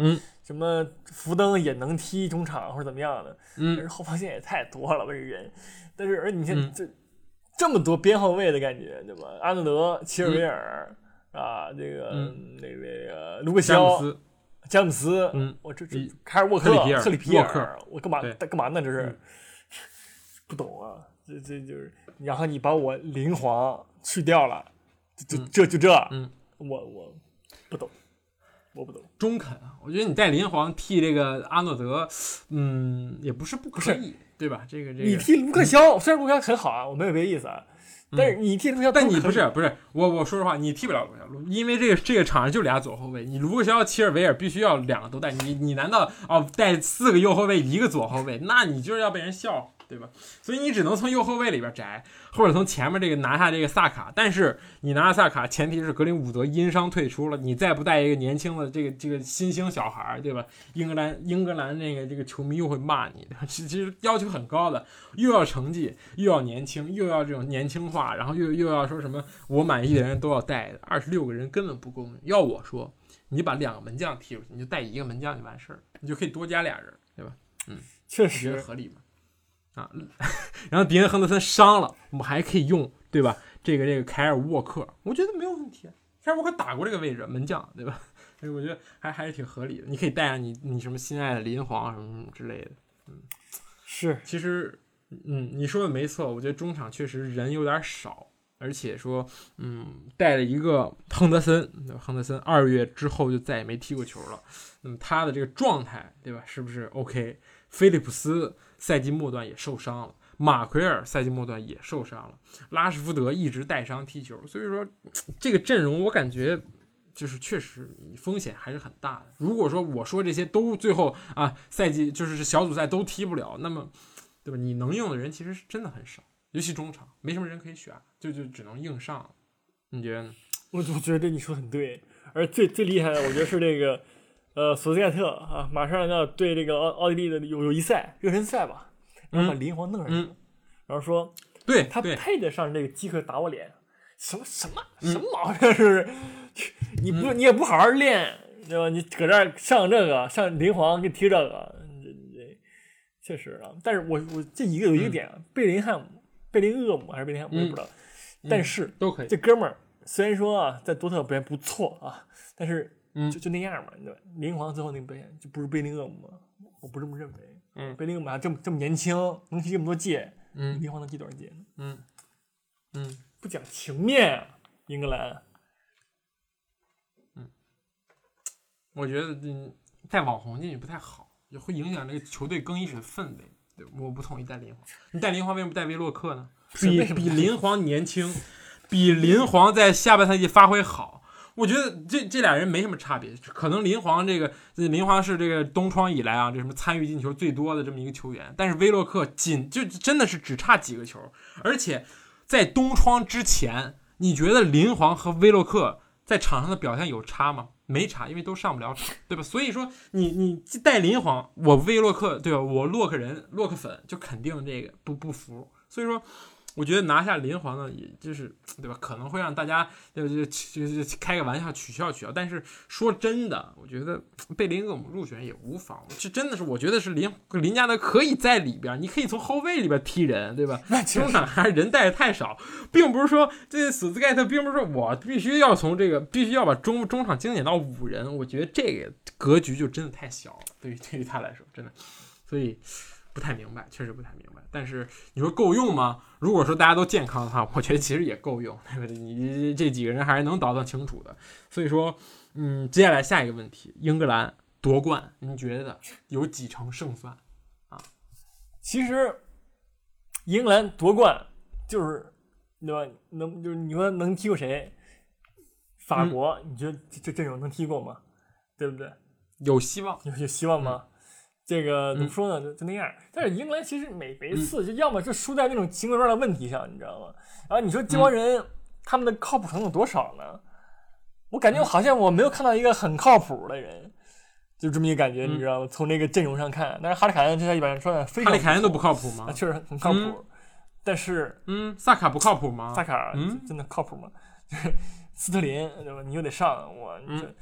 什么福登也能踢中场或者怎么样的， 嗯， 但是后防线也太多了吧这人，但是而你看嗯这、这么多边后卫的感觉，对吧？阿诺德、齐尔维尔、嗯、啊，这个、嗯、那个卢克肖、詹姆斯， 嗯， 我这这凯尔沃克、特里皮尔，我干嘛干嘛呢？这是、嗯、不懂啊，这这就是，然后你把我林皇去掉了，就就这就这， 嗯， 我我不懂。我不懂中肯啊，我觉得你带林皇替这个阿诺德，嗯，也不是不可以，对吧？这个这个， 你替卢克肖，嗯、虽然卢克肖很好啊，我没有别的意思啊，嗯、但是你替卢克肖， 但你不是不是我我说实话，你替不了卢克肖，因为这个这个场上就俩左后卫，你卢克肖、齐尔维尔必须要两个都带，你你难道哦带四个右后卫一个左后卫，那你就是要被人笑。对吧？所以你只能从右后卫里边摘，或者从前面这个拿下这个萨卡。但是你拿下萨卡，前提是格林伍德因伤退出了，你再不带一个年轻的这个这个新兴小孩，对吧？英格兰英格兰那个这个球迷又会骂你，其实要求很高的，又要成绩，又要年轻，又要这种年轻化，然后又又要说什么我满意的人都要带的，二十六个人根本不公平。要我说，你把两个门将踢出去，你就带一个门将就完事儿，你就可以多加俩人，对吧？嗯， 确实合理嘛。啊，然后迪恩亨德森伤了，我们还可以用，对吧？这个这个凯尔沃克，我觉得没有问题。凯尔沃克打过这个位置，门将，对吧？所以我觉得还还是挺合理的。你可以带上你你什么心爱的林皇什么什么之类的，嗯， 是。 其实，嗯，你说的没错，我觉得中场确实人有点少，而且说，嗯，带了一个亨德森，亨德森二月之后就再也没踢过球了。那么他的这个状态，对吧？是不是 OK？菲利普斯赛季末段也受伤了，马奎尔赛季末段也受伤了，拉什福德一直带伤踢球，所以说这个阵容我感觉就是确实风险还是很大的。如果说我说这些都最后啊赛季就是小组赛都踢不了，那么对吧？你能用的人其实是真的很少，尤其中场没什么人可以选，就就只能硬上了。你觉得呢？ 我我觉得你说很对，而最最厉害的，我觉得是这个。呃，索斯盖特啊，马上要对这个奥奥地利的友友谊赛、热身赛吧，然后把林皇弄上去， 嗯、 然后说， 对他配得上这个机会打我脸，什么什么什么毛病？是不是？你不、嗯、你也不好好练，对吧？你搁这儿上这个上林皇给踢这个，这这确实啊。但是我我这一个有一个点，嗯、贝林汉姆、贝林厄姆还是贝林汉姆，我也不知道。 嗯、 但是、 嗯、都可以。 这哥们儿虽然说啊，在多特表现不错啊，但是。 嗯， 就就那样嘛，对吧？林皇最后那个表现就不是贝林厄姆吗？我不这么认为。 嗯， 贝林厄姆还这么这么年轻，能踢这么多届， 嗯， 林皇能踢多少届呢？ 嗯嗯， 不讲情面啊，英格兰。 嗯，我觉得嗯带网红进去不太好，也会影响这个球队更衣室的氛围。对，我不同意带林皇。你带林皇为什么不带威洛克呢？比比林皇年轻，比林皇在下半赛季发挥好。我觉得这这俩人没什么差别，可能林皇这个林皇是这个东窗以来啊，这什么参与进球最多的这么一个球员，但是威洛克仅就真的是只差几个球，而且在东窗之前，你觉得林皇和威洛克在场上的表现有差吗？没差，因为都上不了场，对吧？所以说你你带林皇，我威洛克对吧？我洛克人洛克粉就肯定这个不不服，所以说。我觉得拿下林皇呢，也就是对吧？可能会让大家就就就就开个玩笑取笑取笑，但是说真的，我觉得贝林厄姆入选也无妨。这真的是我觉得是林林加德可以在里边，你可以从后卫里边踢人，对吧？中场还是人带的太少，并不是说这索斯盖特，并不是说我必须要从这个必须要把中中场精简到五人，我觉得这个格局就真的太小了，对于对于他来说，真的，所以。不太明白，确实不太明白。但是你说够用吗？如果说大家都健康的话，我觉得其实也够用。你这几个人还是能倒腾清楚的。所以说，嗯，接下来下一个问题，英格兰夺冠，你觉得有几成胜算啊？ 其实，英格兰夺冠就是对吧？能就是你们能踢过谁？法国，嗯、你觉得这阵容能踢过吗？对不对？ 有希望， 有有希望吗？嗯这个怎么说呢？就就那样。但是英格兰其实每每一次就要么就输在那种情况上的问题上，你知道吗？然后你说这帮人、嗯、他们的靠谱程度有多少呢？我感觉好像我没有看到一个很靠谱的人，就这么一个感觉，你知道吗？从这个阵容上看，但是哈里凯恩这下一般说的非常， 哈里凯恩都不靠谱吗？ 确实很靠谱。 嗯、 但是， 嗯，萨卡不靠谱吗？ 萨卡嗯真的靠谱吗？斯特林对吧？你又得上我。 嗯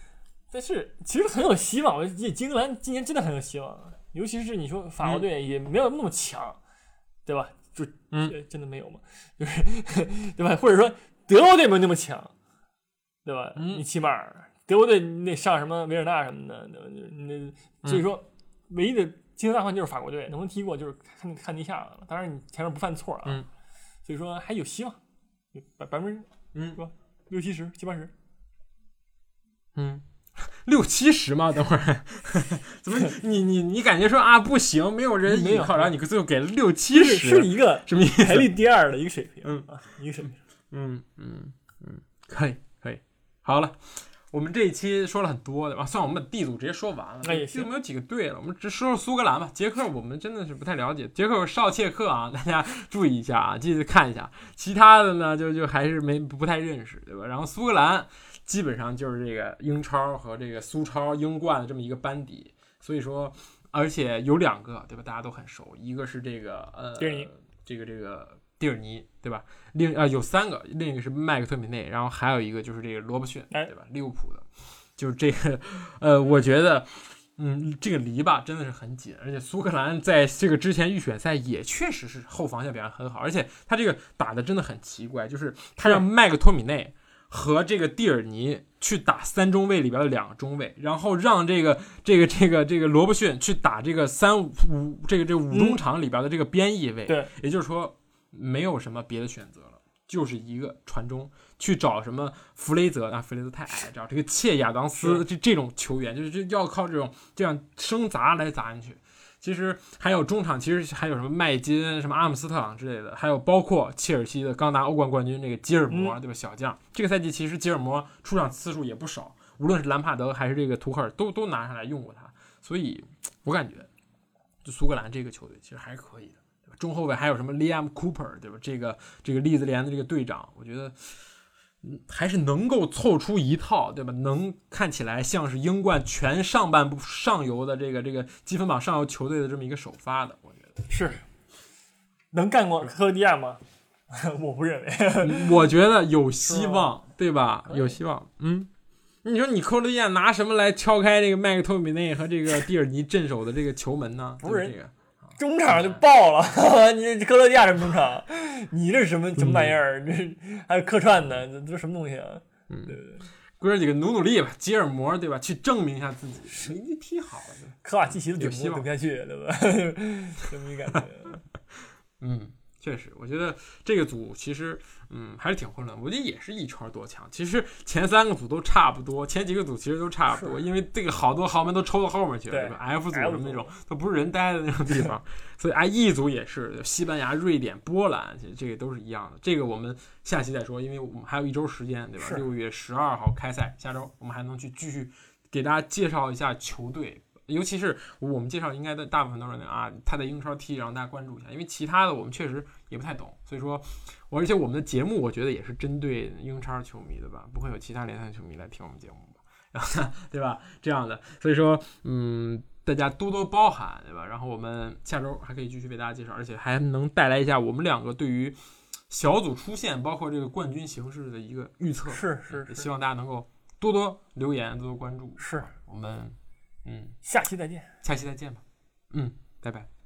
但是其实很有希望，我觉得英格兰今年真的很有希望，尤其是你说法国队也没有那么强，嗯、对吧？就嗯， 真的没有嘛，就是对吧？或者说德国队没有那么强，对吧？ 嗯、 你起码德国队那上什么维尔纳什么的，那所以说唯一的竞争大患就是法国队，能不能踢过就是看看地下了。当然你前面不犯错啊， 嗯、 所以说还有希望，百百分之嗯是吧？六七十七八十， 嗯。六七十吗？等会儿，怎么你你你感觉说啊不行，没有人依靠，然后你最后给了六七十， 是一个什么意思？ 排名第二的一个水平， 嗯啊，一个水平， 嗯嗯嗯，可以可以，好了，我们这一期说了很多的吧，算我们把 D 组直接说完了， 那也行， 就没有几个队了，我们只说说苏格兰吧。捷克我们真的是不太了解，捷克有绍切克啊，大家注意一下啊，记得看一下，其他的呢就就还是没不太认识，对吧？然后苏格兰。基本上就是这个英超和这个苏超英冠的这么一个班底，所以说，而且有两个，对吧？大家都很熟，一个是这个呃， 蒂尔尼， 这个这个蒂尔尼，对吧？另呃有三个，另一个是麦克特米内，然后还有一个就是这个罗伯逊，对吧？利物浦的，就是这个，呃，我觉得，嗯，这个篱笆真的是很紧，而且苏格兰在这个之前预选赛也确实是后防线表现很好，而且他这个打的真的很奇怪，就是他让麦克托米内。和这个蒂尔尼去打三中卫里边的两个中卫，然后让这个这个这个这个罗伯逊去打这个三五这个这个五中场里边的这个边翼位， 嗯、对， 也就是说没有什么别的选择了，就是一个传中去找什么弗雷泽啊，弗雷泽太矮，找这个切亚当斯这这种球员，就是这要靠这种这样生砸来砸进去。其实还有中场，其实还有什么麦金、什么阿姆斯特朗之类的，还有包括切尔西的刚拿欧冠冠军这个基尔摩，对吧？小将，这个赛季其实基尔摩出场次数也不少，无论是兰帕德还是这个图赫尔都都拿上来用过他，所以我感觉就苏格兰这个球队其实还是可以的，对吧？中后卫还有什么 Liam Cooper， 对吧？这个这个利兹联的这个队长，我觉得。还是能够凑出一套，对吧？能看起来像是英冠全上半部上游的这个这个积分榜上游球队的这么一个首发的，我觉得是能干过克罗地亚吗？我不认为， 我觉得有希望，对吧？有希望。嗯，你说你克罗地亚拿什么来敲开这个麦克托米内和这个蒂尔尼镇守的这个球门呢？ 不是这个。 中场就爆了，你这克罗地亚什么中场？你这是什么什么玩意儿？嗯、这还有客串的，这这什么东西啊？ 嗯， 对对对， 哥几个努努力吧，吉尔摩对吧？去证明一下自己，谁踢好了？ 科瓦契奇的顶希望顶不下去，对吧？这么一感觉。 嗯，确实，我觉得这个组其实，嗯，还是挺混乱。我觉得也是一超多强。其实前三个组都差不多，前几个组其实都差不多，因为这个好多豪门都抽到后面去了，对吧 ？F 组什么那种，都不是人待的那种地方。所以啊 ，E 组也是，西班牙、瑞典、波兰，其实这个都是一样的。这个我们下期再说，因为我们还有一周时间，对吧？六月十二号开赛，下周我们还能去继续给大家介绍一下球队。尤其是我们介绍，应该的大部分都是那啊，他在英超踢，让大家关注一下。因为其他的我们确实也不太懂，所以说，我而且我们的节目我觉得也是针对英超球迷的吧，不会有其他联赛球迷来听我们节目吧，然后对吧？这样的，所以说，嗯，大家多多包涵，对吧？然后我们下周还可以继续为大家介绍，而且还能带来一下我们两个对于小组出线，包括这个冠军形势的一个预测。 是是是， 希望大家能够多多留言，多多关注。 是我们。嗯， 下期再见， 下期再见吧。嗯，拜拜。